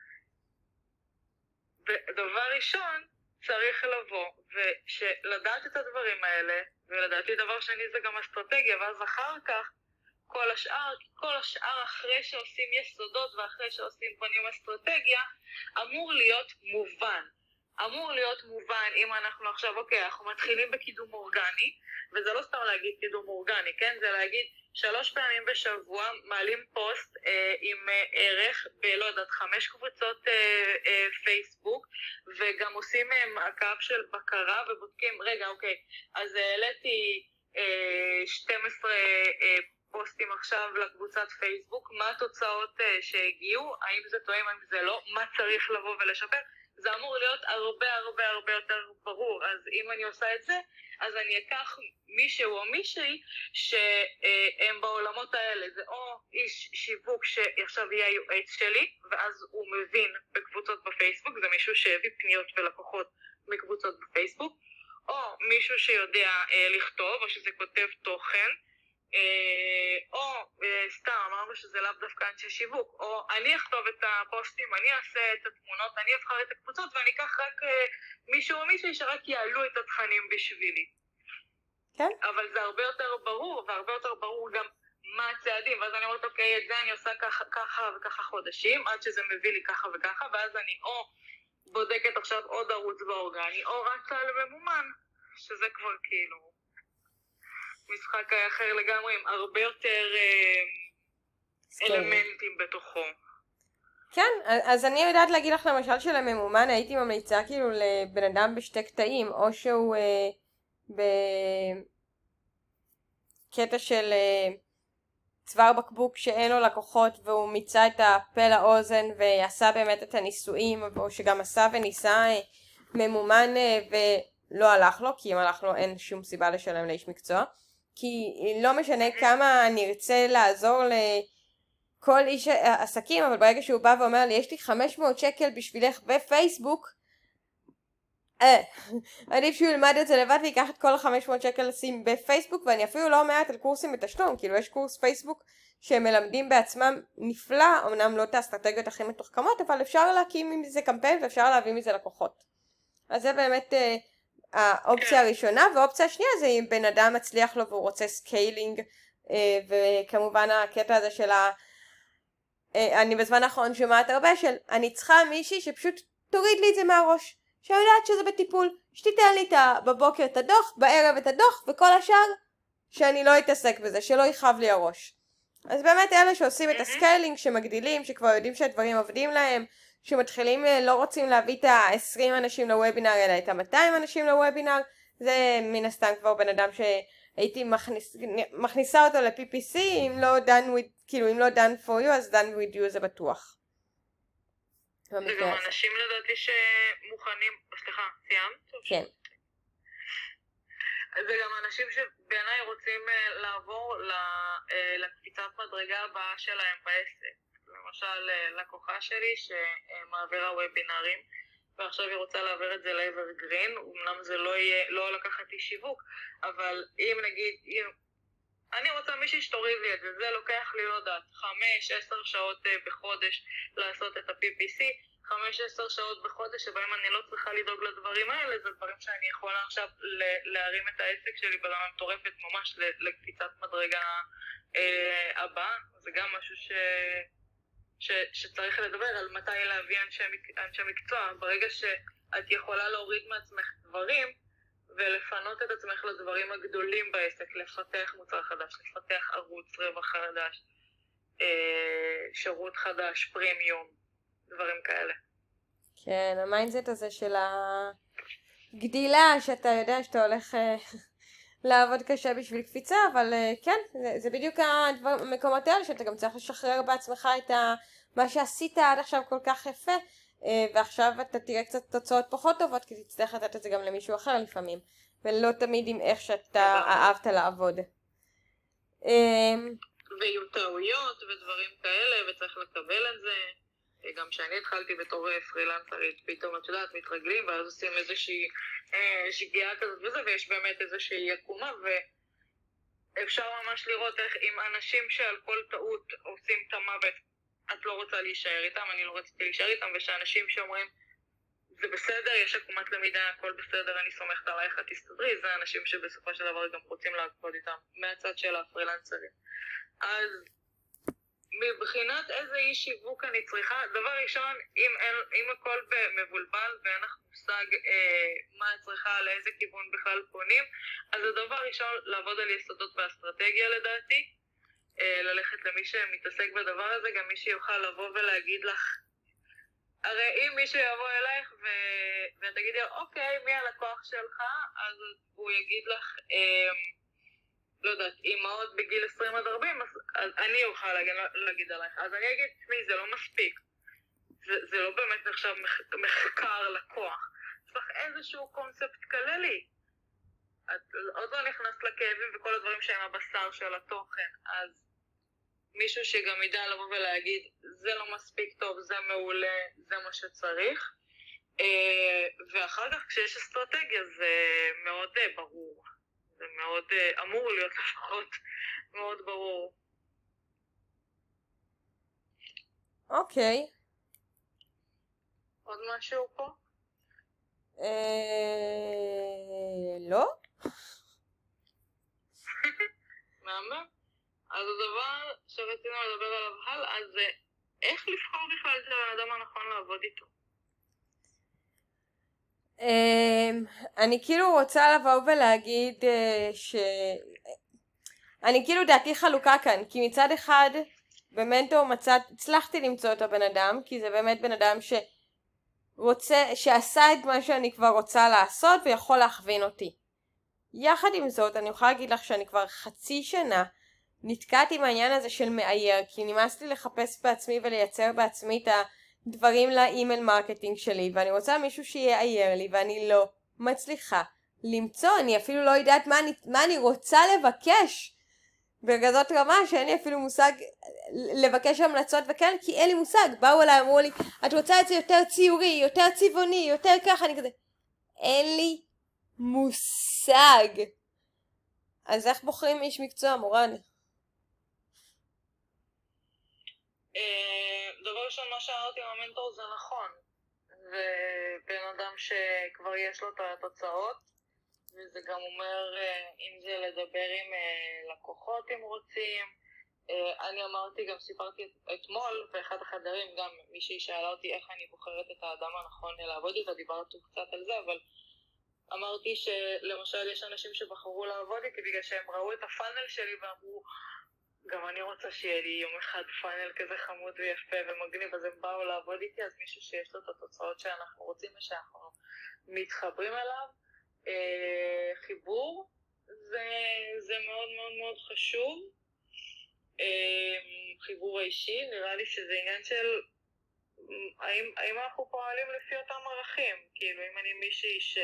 ודבר ראשון, צריך לבוא ולדעת את הדברים האלה, ולדעתי דבר שני זה גם אסטרטגיה, ואז אחר כך כל השאר, כל השאר אחרי שעושים יסודות ואחרי שעושים בונים אסטרטגיה, אמור להיות מובן. אמור להיות מובן אם אנחנו עכשיו, אוקיי, אנחנו מתחילים בקידום אורגני, וזה לא סתם להגיד קידום אורגני, כן? זה להגיד שלוש פעמים בשבוע מעלים פוסט אה, עם אה, ערך בלא יודעת חמש קבוצות אה, אה, פייסבוק, וגם עושים אה, מעקב של בקרה ובודקים, רגע, אוקיי, אז העליתי אה, שתים עשרה אה, פוסטים עכשיו לקבוצת פייסבוק, מה התוצאות אה, שהגיעו, האם זה טועים, האם זה לא, מה צריך לבוא ולשפר, זה אמור להיות הרבה הרבה הרבה יותר ברור. אז אם אני עושה את זה, אז אני אקח מישהו או מישהי שהם בעולמות האלה, זה או איש שיווק שעכשיו יהיה יועץ שלי, ואז הוא מבין בקבוצות בפייסבוק, זה מישהו שהביא פניות ולקוחות מקבוצות בפייסבוק, או מישהו שיודע לכתוב, או שזה כותב תוכן, או סתם אמרנו שזה לאו דווקא אנשי שיווק, או אני אכתוב את הפוסטים, אני אעשה את התמונות, אני אבחר את הקבוצות ואני אקח רק מישהו או מישהו שרק יעלו את התכנים בשבילי. כן. אבל זה הרבה יותר ברור, והרבה יותר ברור גם מה הצעדים, ואז אני אומרת, אוקיי, את זה אני עושה ככה, ככה וככה חודשים, עד שזה מביא לי ככה וככה, ואז אני או בודקת עכשיו עוד ערוץ באורגני, או רצה לממומן, שזה כבר כאילו משחק אחר לגמרי, עם הרבה יותר אה, אלמנטים בתוכו. כן, אז אני יודעת להגיד לך למשל שלממומן הייתי ממליצה כאילו לבן אדם בשתי קטעים, או שהוא אה, בקטע של אה, צוואר בקבוק שאין לו לקוחות והוא מיצה את הפה לאוזן ועשה באמת את הניסויים, או שגם עשה וניסה אה, ממומן אה, ולא הלך לו, כי אם הלך לו אין שום סיבה לשלם לאיש מקצוע. כי לא משנה כמה אני ארצה לעזור לכל איש עסקים, אבל ברגע שהוא בא ואומר לי, יש לי חמש מאות שקל בשבילך בפייסבוק, אה, עדיף שהוא ילמד את זה לבד ויקח את כל ה-חמש מאות שקל לשים בפייסבוק, ואני אפילו לא אומרת על קורסים בתשלום, כאילו יש קורס פייסבוק שהם מלמדים בעצמם נפלא, אמנם לא את האסטרטגיות הכי מתוחכמות, אבל אפשר להקים מזה קמפיין ואפשר להביא מזה לקוחות. אז זה באמת אה, האופציה הראשונה, והאופציה השנייה זה אם בן אדם מצליח לו והוא רוצה סקיילינג, אה, וכמובן הקטע הזה של ה... אה, אני בזמן האחרון שומעת הרבה של אני צריכה מישהי שפשוט תוריד לי את זה מהראש, שאני יודעת שזה בטיפול, שתיתן לי בבוקר את הדוח, בערב את הדוח, וכל השאר שאני לא אתעסק בזה, שלא יכאב לי הראש. אז באמת אלה שעושים את הסקיילינג, שמגדילים, שכבר יודעים שהדברים עובדים להם, שמתחילים, לא רוצים להביא את ה-עשרים אנשים לוובינר, אלא את ה-מאתיים אנשים לוובינר, זה מן הסתם כבר בן אדם שהייתי מכניס, מכניסה אותו ל-פי פי סי, אם לא done with, כאילו אם לא done for you, אז done with you זה בטוח. זה גם אנשים לדעתי שמוכנים, סליחה, סיימת? כן. זה גם אנשים שבעיניי רוצים לעבור לקפיצת מדרגה הבאה שלהם בעסק. למשל, לקוחה שלי שמעבירה וובינרים, ועכשיו היא רוצה להעביר את זה לאברגרין, אמנם זה לא יהיה, לא לקחת לי שיווק, אבל אם נגיד, אם אני רוצה מישהי שתוריד לי את זה, זה לוקח לי, לא יודעת, חמש, עשר שעות בחודש לעשות את ה-פי פי סי, חמש, עשר שעות בחודש שבהם אני לא צריכה לדאוג לדברים האלה, זה דברים שאני יכולה עכשיו להרים את העסק שלי ברמה מטורפת ממש לקפיצת מדרגה אה, הבאה, זה גם משהו ש... ש... שצריך לדבר על מתי להביא אנשי, אנשי מקצוע, ברגע שאת יכולה להוריד מעצמך דברים, ולפנות את עצמך לדברים הגדולים בעסק, לפתח מוצר חדש, לפתח ערוץ רווח חדש, שירות חדש, פרימיום, דברים כאלה. כן, המיינדסט הזה של הגדילה, שאתה יודע שאתה הולך לעבוד קשה בשביל קפיצה, אבל כן, זה, זה בדיוק המקומות האלה, שאתה גם צריך לשחרר בעצמך את מה שעשית עד עכשיו כל כך יפה, ועכשיו אתה תראה קצת תוצאות פחות טובות, כי תצטרך לתת את זה גם למישהו אחר לפעמים, ולא תמיד עם איך שאתה אהבת לעבוד. ויהיו טעויות ודברים כאלה, וצריך לקבל את זה. גם כשאני התחלתי בתור פרילנסרית, פתאום את יודעת, מתרגלים, ואז עושים איזושהי שגיאה כזאת וזה, ויש באמת איזושהי עקומה, ואפשר ממש לראות איך עם אנשים שעל כל טעות עושים את המוות, את לא רוצה להישאר איתם, אני לא רציתי להישאר איתם, ושאנשים שאומרים, זה בסדר, יש עקומת למידה, הכל בסדר, אני סומכת עלייך, את תסתדרי, זה אנשים שבסופו של דבר גם רוצים לעבוד איתם, מהצד של הפרילנסרים. אז מבחינת איזה אי שיווק אני צריכה, דבר ראשון, אם, אין, אם הכל מבולבל ואין לך מושג אה, מה את צריכה, לאיזה כיוון בכלל פונים, אז הדבר ראשון, לעבוד על יסודות ואסטרטגיה לדעתי, ללכת למי שמתעסק בדבר הזה, גם מי שיוכל לבוא ולהגיד לך, הרי אם מישהו יבוא אלייך ו... ותגידי לו, אוקיי, מי הלקוח שלך? אז הוא יגיד לך, אה, לא יודעת, אמהות בגיל עשרים עד ארבעים, אז אני אוכל להגיד, להגיד עלייך. אז אני אגיד, תשמעי, זה לא מספיק. זה, זה לא באמת עכשיו מחקר לקוח. יש לך איזשהו קונספט כללי. את עוד לא נכנסת לכאבים וכל הדברים שהם הבשר של התוכן, אז מישהו שגם ידע לבוא ולהגיד, זה לא מספיק טוב, זה מעולה, זה מה שצריך, ואחר כך כשיש אסטרטגיה זה מאוד ברור, זה מאוד אמור להיות לפחות מאוד ברור. אוקיי. עוד משהו פה? לא? מהמם. אז הדבר שרצינו לדבר עליו הלאה, אז איך לבחור בכלל את האדם הנכון לעבוד איתו? אני כאילו רוצה לבוא ולהגיד ש... אני כאילו דעתי חלוקה כאן, כי מצד אחד במנטור מצאת, הצלחתי למצוא את הבן אדם, כי זה באמת בן אדם ש... רוצה, שעשה את מה שאני כבר רוצה לעשות ויכול להכווין אותי. יחד עם זאת, אני יכולה להגיד לך שאני כבר חצי שנה נתקעתי עם העניין הזה של מאייר, כי נמאס לי לחפש בעצמי ולייצר בעצמי את הדברים לאימייל מרקטינג שלי, ואני רוצה מישהו שיאייר לי, ואני לא מצליחה למצוא, אני אפילו לא יודעת מה אני, מה אני רוצה לבקש. בגזות רמה שאין לי אפילו מושג לבקש המלצות וכאלה, כי אין לי מושג. באו אליי, אמרו לי, את רוצה את זה יותר ציורי, יותר צבעוני, יותר ככה, אני כזה, אין לי מושג. אז איך בוחרים איש מקצוע, מורן? דבר ראשון, מה שאמרתי עם המנטור זה נכון. ובן אדם שכבר יש לו את התוצאות, וזה גם אומר אם זה לדבר עם לקוחות אם רוצים. אני אמרתי, גם סיפרתי אתמול באחד החדרים, גם מישהי שאלה אותי איך אני בוחרת את האדם הנכון לעבוד איתו, דיברתי קצת על זה, אבל אמרתי שלמשל יש אנשים שבחרו לעבוד איתי בגלל שהם ראו את הפאנל שלי ואמרו, גם אני רוצה שיהיה לי יום אחד פאנל כזה חמוד ויפה ומגניב, אז הם באו לעבוד איתי, אז מישהו שיש לו את התוצאות שאנחנו רוצים ושאנחנו מתחברים אליו. אה, חיבור, זה, זה מאוד מאוד מאוד חשוב. אה, חיבור האישי, נראה לי שזה עניין של האם, האם אנחנו פועלים לפי אותם ערכים, כאילו אם אני מישהי ש...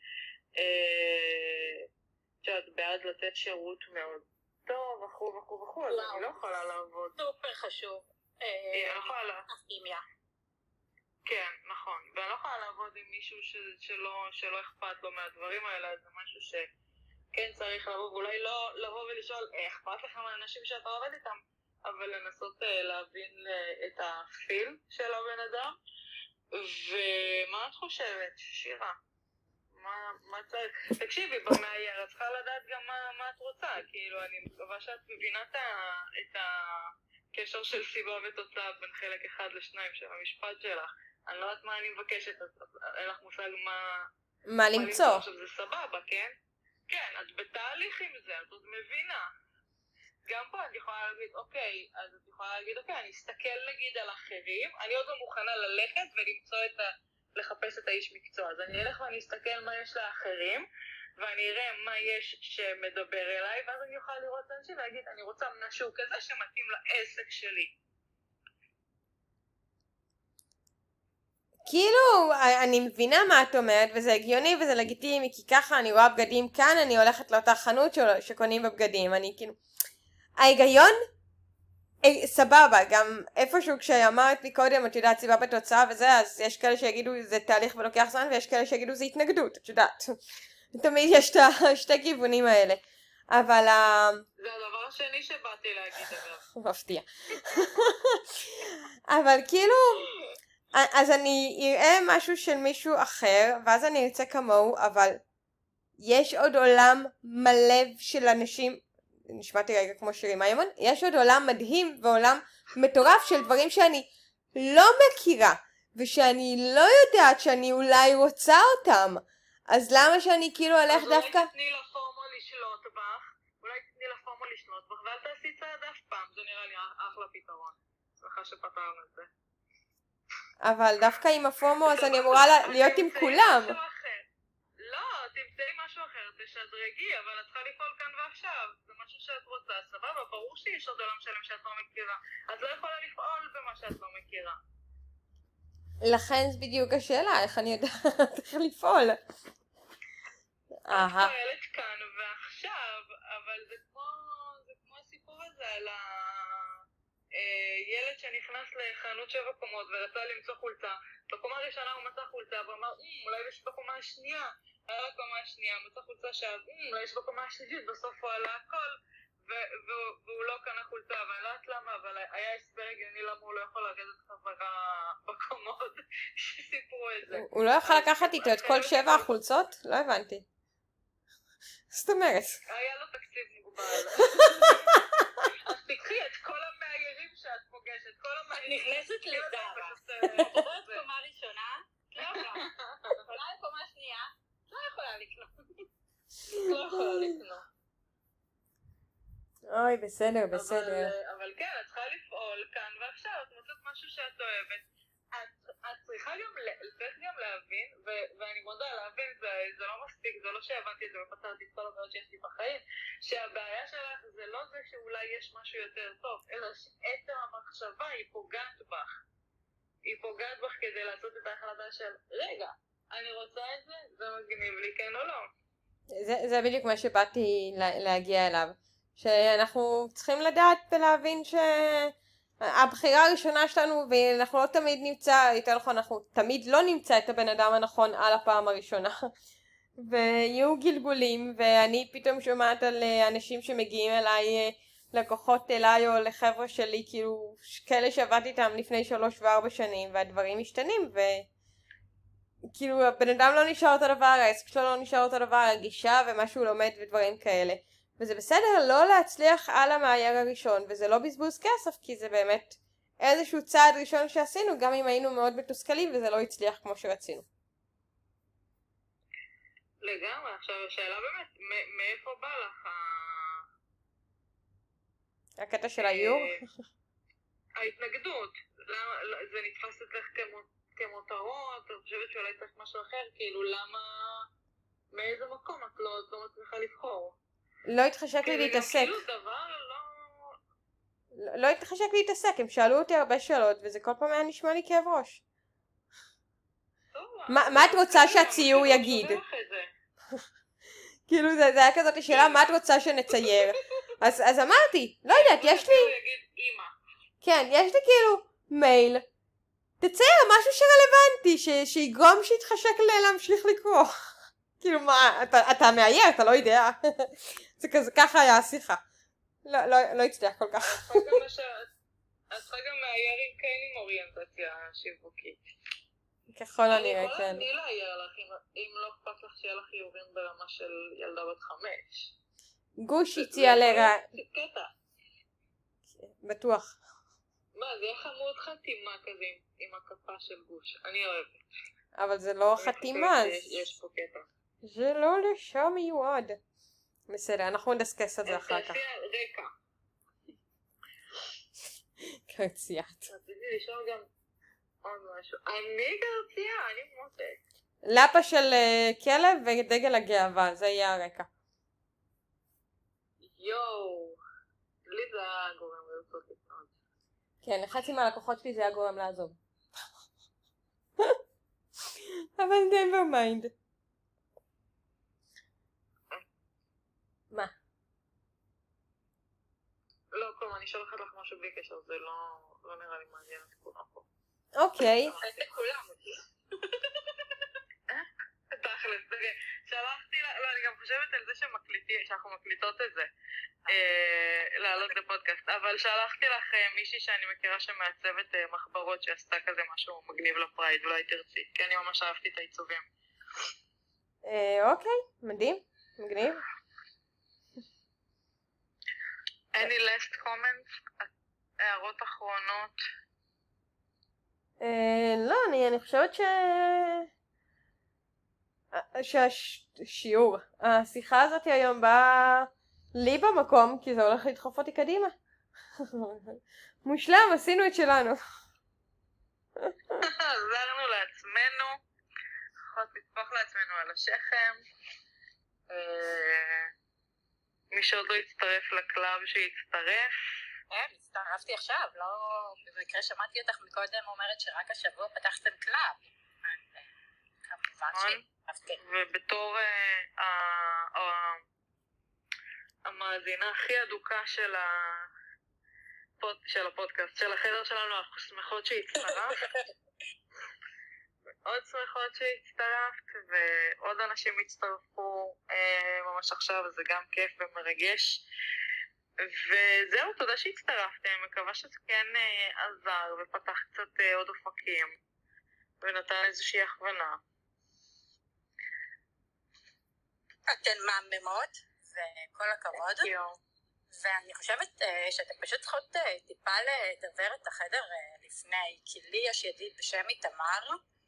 אה, שאת בעד לתת שירות מאוד טוב, וכו' וכו' וכו', אז אני לא יכולה לעבוד. סופר חשוב. אני לא יכולה לעבוד. הכימיה. כן, נכון. ואני לא יכולה לעבוד עם מישהו שלא אכפת לו מהדברים האלה, זה משהו שכן צריך לבוא, ואולי לא לבוא ולשאול איך אכפת לך מהאנשים שאתה עובד איתם, אבל לנסות להבין את הפיל של הבן אדם. ומה את חושבת, שירה? מה, מה צריך? תקשיבי, במאייר, את צריכה לדעת גם מה, מה את רוצה, כאילו, אני מקווה שאת מבינה את הקשר של סיבה ותוצאה בין חלק אחד לשניים של המשפט שלך. אני לא יודעת מה אני מבקשת, אז אין לך מושג מה... מה למצוא. עכשיו זה סבבה, כן? כן, את בתהליך עם זה, את עוד מבינה. גם פה את יכולה להגיד, אוקיי, אז את יכולה להגיד, אוקיי, אני אסתכל נגיד על אחרים, אני עוד לא מוכנה ללכת ולמצוא את ה... לחפש את האיש מקצוע. אז אני אלך ואני אסתכל מה יש לאחרים, ואני אראה מה יש שמדבר אליי, ואז אני אוכל לראות אנשים ולהגיד, אני רוצה משהו כזה שמתאים לעסק שלי. כאילו, אני מבינה מה את אומרת, וזה הגיוני וזה לגיטימי, כי ככה אני רואה בגדים כאן, אני הולכת לאותה חנות שקונים בבגדים, אני כאילו... ההיגיון? אי, סבבה, גם איפשהו כשאמרת לי קודם, את יודעת, סיבה בתוצאה וזה, אז יש כאלה שיגידו זה תהליך ולוקח זמן, ויש כאלה שיגידו זה התנגדות, את יודעת. תמיד יש את השתי כיוונים האלה. אבל... זה הדבר השני שבאתי להגיד אגב. מפתיע. אבל כאילו... אז אני אראה משהו של מישהו אחר, ואז אני ארצה כמוהו, אבל יש עוד עולם מלא של אנשים, נשמעתי רגע כמו שירי מיימון, יש עוד עולם מדהים ועולם מטורף של דברים שאני לא מכירה, ושאני לא יודעת שאני אולי רוצה אותם, אז למה שאני כאילו אלך דווקא... אז אולי תתני לפורמו לשלוט בך, אולי תתני לפורמו לשלוט בך, ואל תעשי צעד אף פעם, זה נראה לי אחלה פתרון. סליחה שפתרנו את זה. אבל דווקא עם הפורמו אז אני אמורה להיות עם כולם. לא, תמצאי משהו אחר, תשדרגי, אבל את צריכה לפעול כאן ועכשיו. זה משהו שאת רוצה, סבבה, ברור שיש עוד עולם שלם שאת לא מכירה. את לא יכולה לפעול במה שאת לא מכירה. לכן זה בדיוק השאלה, איך אני יודעת איך לפעול. את פועלת כאן ועכשיו, אבל זה כמו הסיפור הזה על ה... ילד שנכנס לחנות שבע קומות ורצה למצוא חולצה, בקומה הראשונה הוא מצא חולצה ואמר, אולי יש בקומה השנייה, היה בקומה השנייה, מצא חולצה שאב, אולי יש בקומה השלישית, בסוף הוא עלה הכל, והוא לא קנה חולצה, ואני לא יודעת למה, אבל היה הסבר הגיוני למה הוא לא יכול לרדת חזרה בקומות שסיפרו את זה. הוא לא יכול לקחת איתו את כל שבע החולצות? לא הבנתי. זאת אומרת. היה לו תקציב מוגבל. אז תקחי את כל המאיירים שאת פוגשת, כל המאיירים. נכנסת לזרה. עוברת קומה ראשונה, לא יכולה. עולה לקומה שנייה, לא יכולה לקנות. לא יכולה לקנות. אוי, בסדר, בסדר. אבל כן, את צריכה לפעול כאן ועכשיו, את מוצאת משהו שאת אוהבת. את צריכה גם, צריך גם להבין, ואני מודה, להבין זה לא מספיק, זה לא שהבנתי את זה ופתרתי את כל הבעיות שיש לי בחיים, שהבעיה שלך זה לא זה שאולי יש משהו יותר טוב, אלא שעצם המחשבה היא פוגעת בך. היא פוגעת בך כדי לעשות את ההחלטה של, רגע, אני רוצה את זה, זה מגניב לי, כן או לא? זה, זה בדיוק מה שבאתי להגיע אליו, שאנחנו צריכים לדעת ולהבין ש... הבחירה הראשונה שלנו, ואנחנו לא תמיד נמצא, יותר נכון, אנחנו תמיד לא נמצא את הבן אדם הנכון על הפעם הראשונה. ויהיו גלגולים, ואני פתאום שומעת על אנשים שמגיעים אליי, לקוחות אליי או לחבר'ה שלי, כאילו כאלה שעבדתי איתם לפני שלוש וארבע שנים, והדברים משתנים, וכאילו הבן אדם לא נשאר אותו דבר, העסק שלו לא נשאר אותו דבר, הגישה ומה שהוא לומד ודברים כאלה. וזה בסדר לא להצליח על המאייר הראשון, וזה לא בזבוז כסף, כי זה באמת איזשהו צעד ראשון שעשינו, גם אם היינו מאוד מתוסכלים וזה לא הצליח כמו שרצינו. לגמרי. עכשיו השאלה באמת, מאיפה בא לך הקטע של האיור? ההתנגדות. זה נתפס אצלך כמותרות, אני חושבת שאולי צריך משהו אחר, כאילו למה, מאיזה מקום את לא מצליחה לבחור? לא התחשק לי להתעסק. כאילו דבר לא... לא התחשק לי להתעסק, הם שאלו אותי הרבה שאלות, וזה כל פעם היה נשמע לי כאב ראש. מה את רוצה שהציור יגיד? כאילו זה היה כזאת שאלה, מה את רוצה שנצייר? אז אמרתי, לא יודעת, יש לי... כן, יש לי כאילו מייל. תצייר משהו שרלוונטי, שיגרום שיתחשק להמשיך לקרוא. כאילו מה, אתה מאייר, אתה לא יודע. זה כזה, ככה היה השיחה. לא הצליח כל כך. את צריכה גם מאייר עם כן עם אוריינטציה שיווקית. ככל הנראה, כן. אני יכולה אני לאייר לך, אם לא אכפת לך שיהיה לך איורים ברמה של ילדה בת חמש. גוש הציע לרע. קטע. בטוח. מה, זה יהיה חמוד חתימה כזה עם הכפה של גוש. אני אוהבת. אבל זה לא חתימה. יש פה קטע. זה לא לשם מיועד. בסדר, אנחנו נדסקס את זה אחר כך. תעשי רקע. קרציית. רציתי לשאול גם עוד משהו. אני קרצייה, אני מותק. לפה של כלב ודגל הגאווה, זה יהיה הרקע. יואו. לי זה היה גורם לרצות לפנות. כן, לחצי מהלקוחות שלי זה היה גורם לעזוב. אבל never mind. מה? לא, כלום, אני שולחת לך משהו בלי קשר, זה לא נראה לי מעניין את כולם פה. אוקיי. את לכולם אותי. תכלס, שלחתי לה, לא, אני גם חושבת על זה שאנחנו מקליטות את זה, לעלות לפודקאסט, אבל שלחתי לך מישהי שאני מכירה שמעצבת מחברות שעשתה כזה משהו מגניב לפרייד, אולי תרצי, כי אני ממש אהבתי את העיצובים. אוקיי, מדהים, מגניב. Any last comments? הערות אחרונות? לא, אני חושבת ש... שהשיעור, השיחה הזאת היום באה לי במקום, כי זה הולך לדחוף אותי קדימה. מושלם, עשינו את שלנו. עזרנו לעצמנו, יכולת לטפוח לעצמנו על השכם. מי שעוד לא יצטרף לקלאב שיצטרף. כן, הצטרפתי עכשיו, לא... במקרה שמעתי אותך מקודם אומרת שרק השבוע פתחתם קלאב. כמובן שהצטרפתי. ובתור המאזינה הכי אדוקה של הפודקאסט, של החדר שלנו, אנחנו שמחות שהצטרפת. עוד שמחות שהצטרפת, ועוד אנשים הצטרפו ממש עכשיו, וזה גם כיף ומרגש. וזהו, תודה שהצטרפתם, מקווה שזה כן עזר ופתח קצת עוד אופקים, ונתן איזושהי הכוונה. אתן מהממות, וכל הכבוד. ואני חושבת שאתם פשוט צריכות טיפה לדבר את החדר לפני, כי לי יש ידיד בשם איתמר,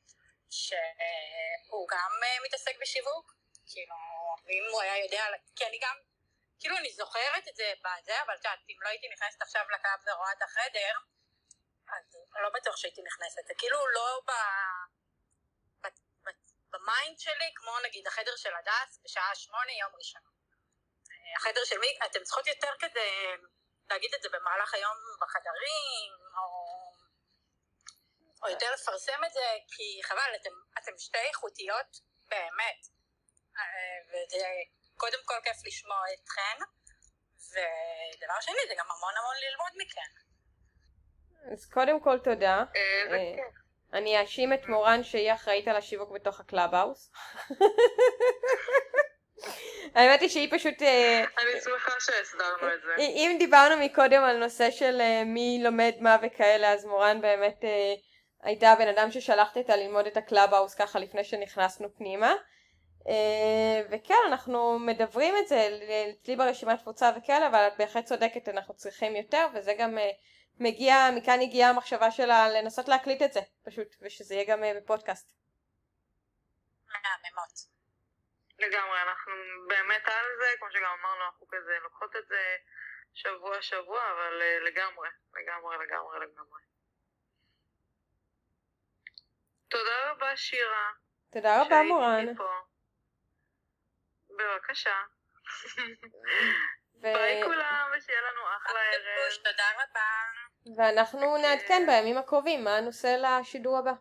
שהוא גם מתעסק בשיווק, כאילו, ואם הוא היה יודע, כי אני גם, כאילו אני זוכרת את זה בזה, אבל תעת, אם לא הייתי נכנסת עכשיו לקו ורואה את החדר, אז לא בטוח שהייתי נכנסת, זה כאילו לא ב... במיינד שלי, כמו נגיד החדר של הדס, בשעה שמונה יום ראשון. החדר של מי, אתם צריכות יותר כזה, להגיד את זה במהלך היום בחדרים, או... או יותר לפרסם את זה, כי חבל, אתם, אתם שתי איכותיות באמת, וזה קודם כל כיף לשמוע אתכן, ודבר שני, זה גם המון המון ללמוד מכן. אז קודם כל תודה. איזה אה, כיף. אני אאשים את מורן שהיא אחראית על השיווק בתוך הקלאבהאוס. האמת היא שהיא פשוט... אה, אני שמחה שהסדרנו את זה. אם דיברנו מקודם על נושא של אה, מי לומד מה וכאלה, אז מורן באמת אה, הייתה הבן אדם ששלחת אותה ללמוד את הקלאבהאוס ככה לפני שנכנסנו פנימה. אה, וכן, אנחנו מדברים את זה אצלי ברשימת תפוצה וכאלה, אבל את בהחלט צודקת, אנחנו צריכים יותר, וזה גם אה, מגיע, מכאן הגיעה המחשבה שלה לנסות להקליט את זה, פשוט, ושזה יהיה גם אה, בפודקאסט. מהממות. לגמרי, אנחנו באמת על זה, כמו שגם אמרנו, אנחנו כזה לוקחות את זה שבוע שבוע, אבל uh, לגמרי, לגמרי, לגמרי, לגמרי. תודה רבה שירה. תודה רבה מורן. שהייתי פה. בבקשה. ו... ביי כולם, ושיהיה לנו אחלה ערב. תודה רבה. ואנחנו נעדכן בימים הקרובים מה הנושא לשידור הבא.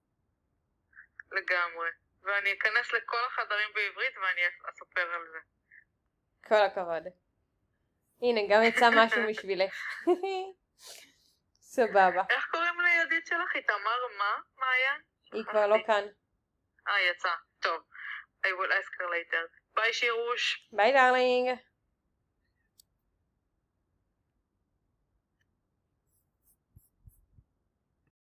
לגמרי. ואני אכנס לכל החדרים בעברית ואני אספר על זה. כל הכבוד. הנה, גם יצא משהו בשבילך. סבבה. איך קוראים לידיד שלך? היא תמר מה? מעיין? היא כבר לא כאן. אה, יצא. טוב. I will ask her later. ביי שירוש. ביי דרלינג.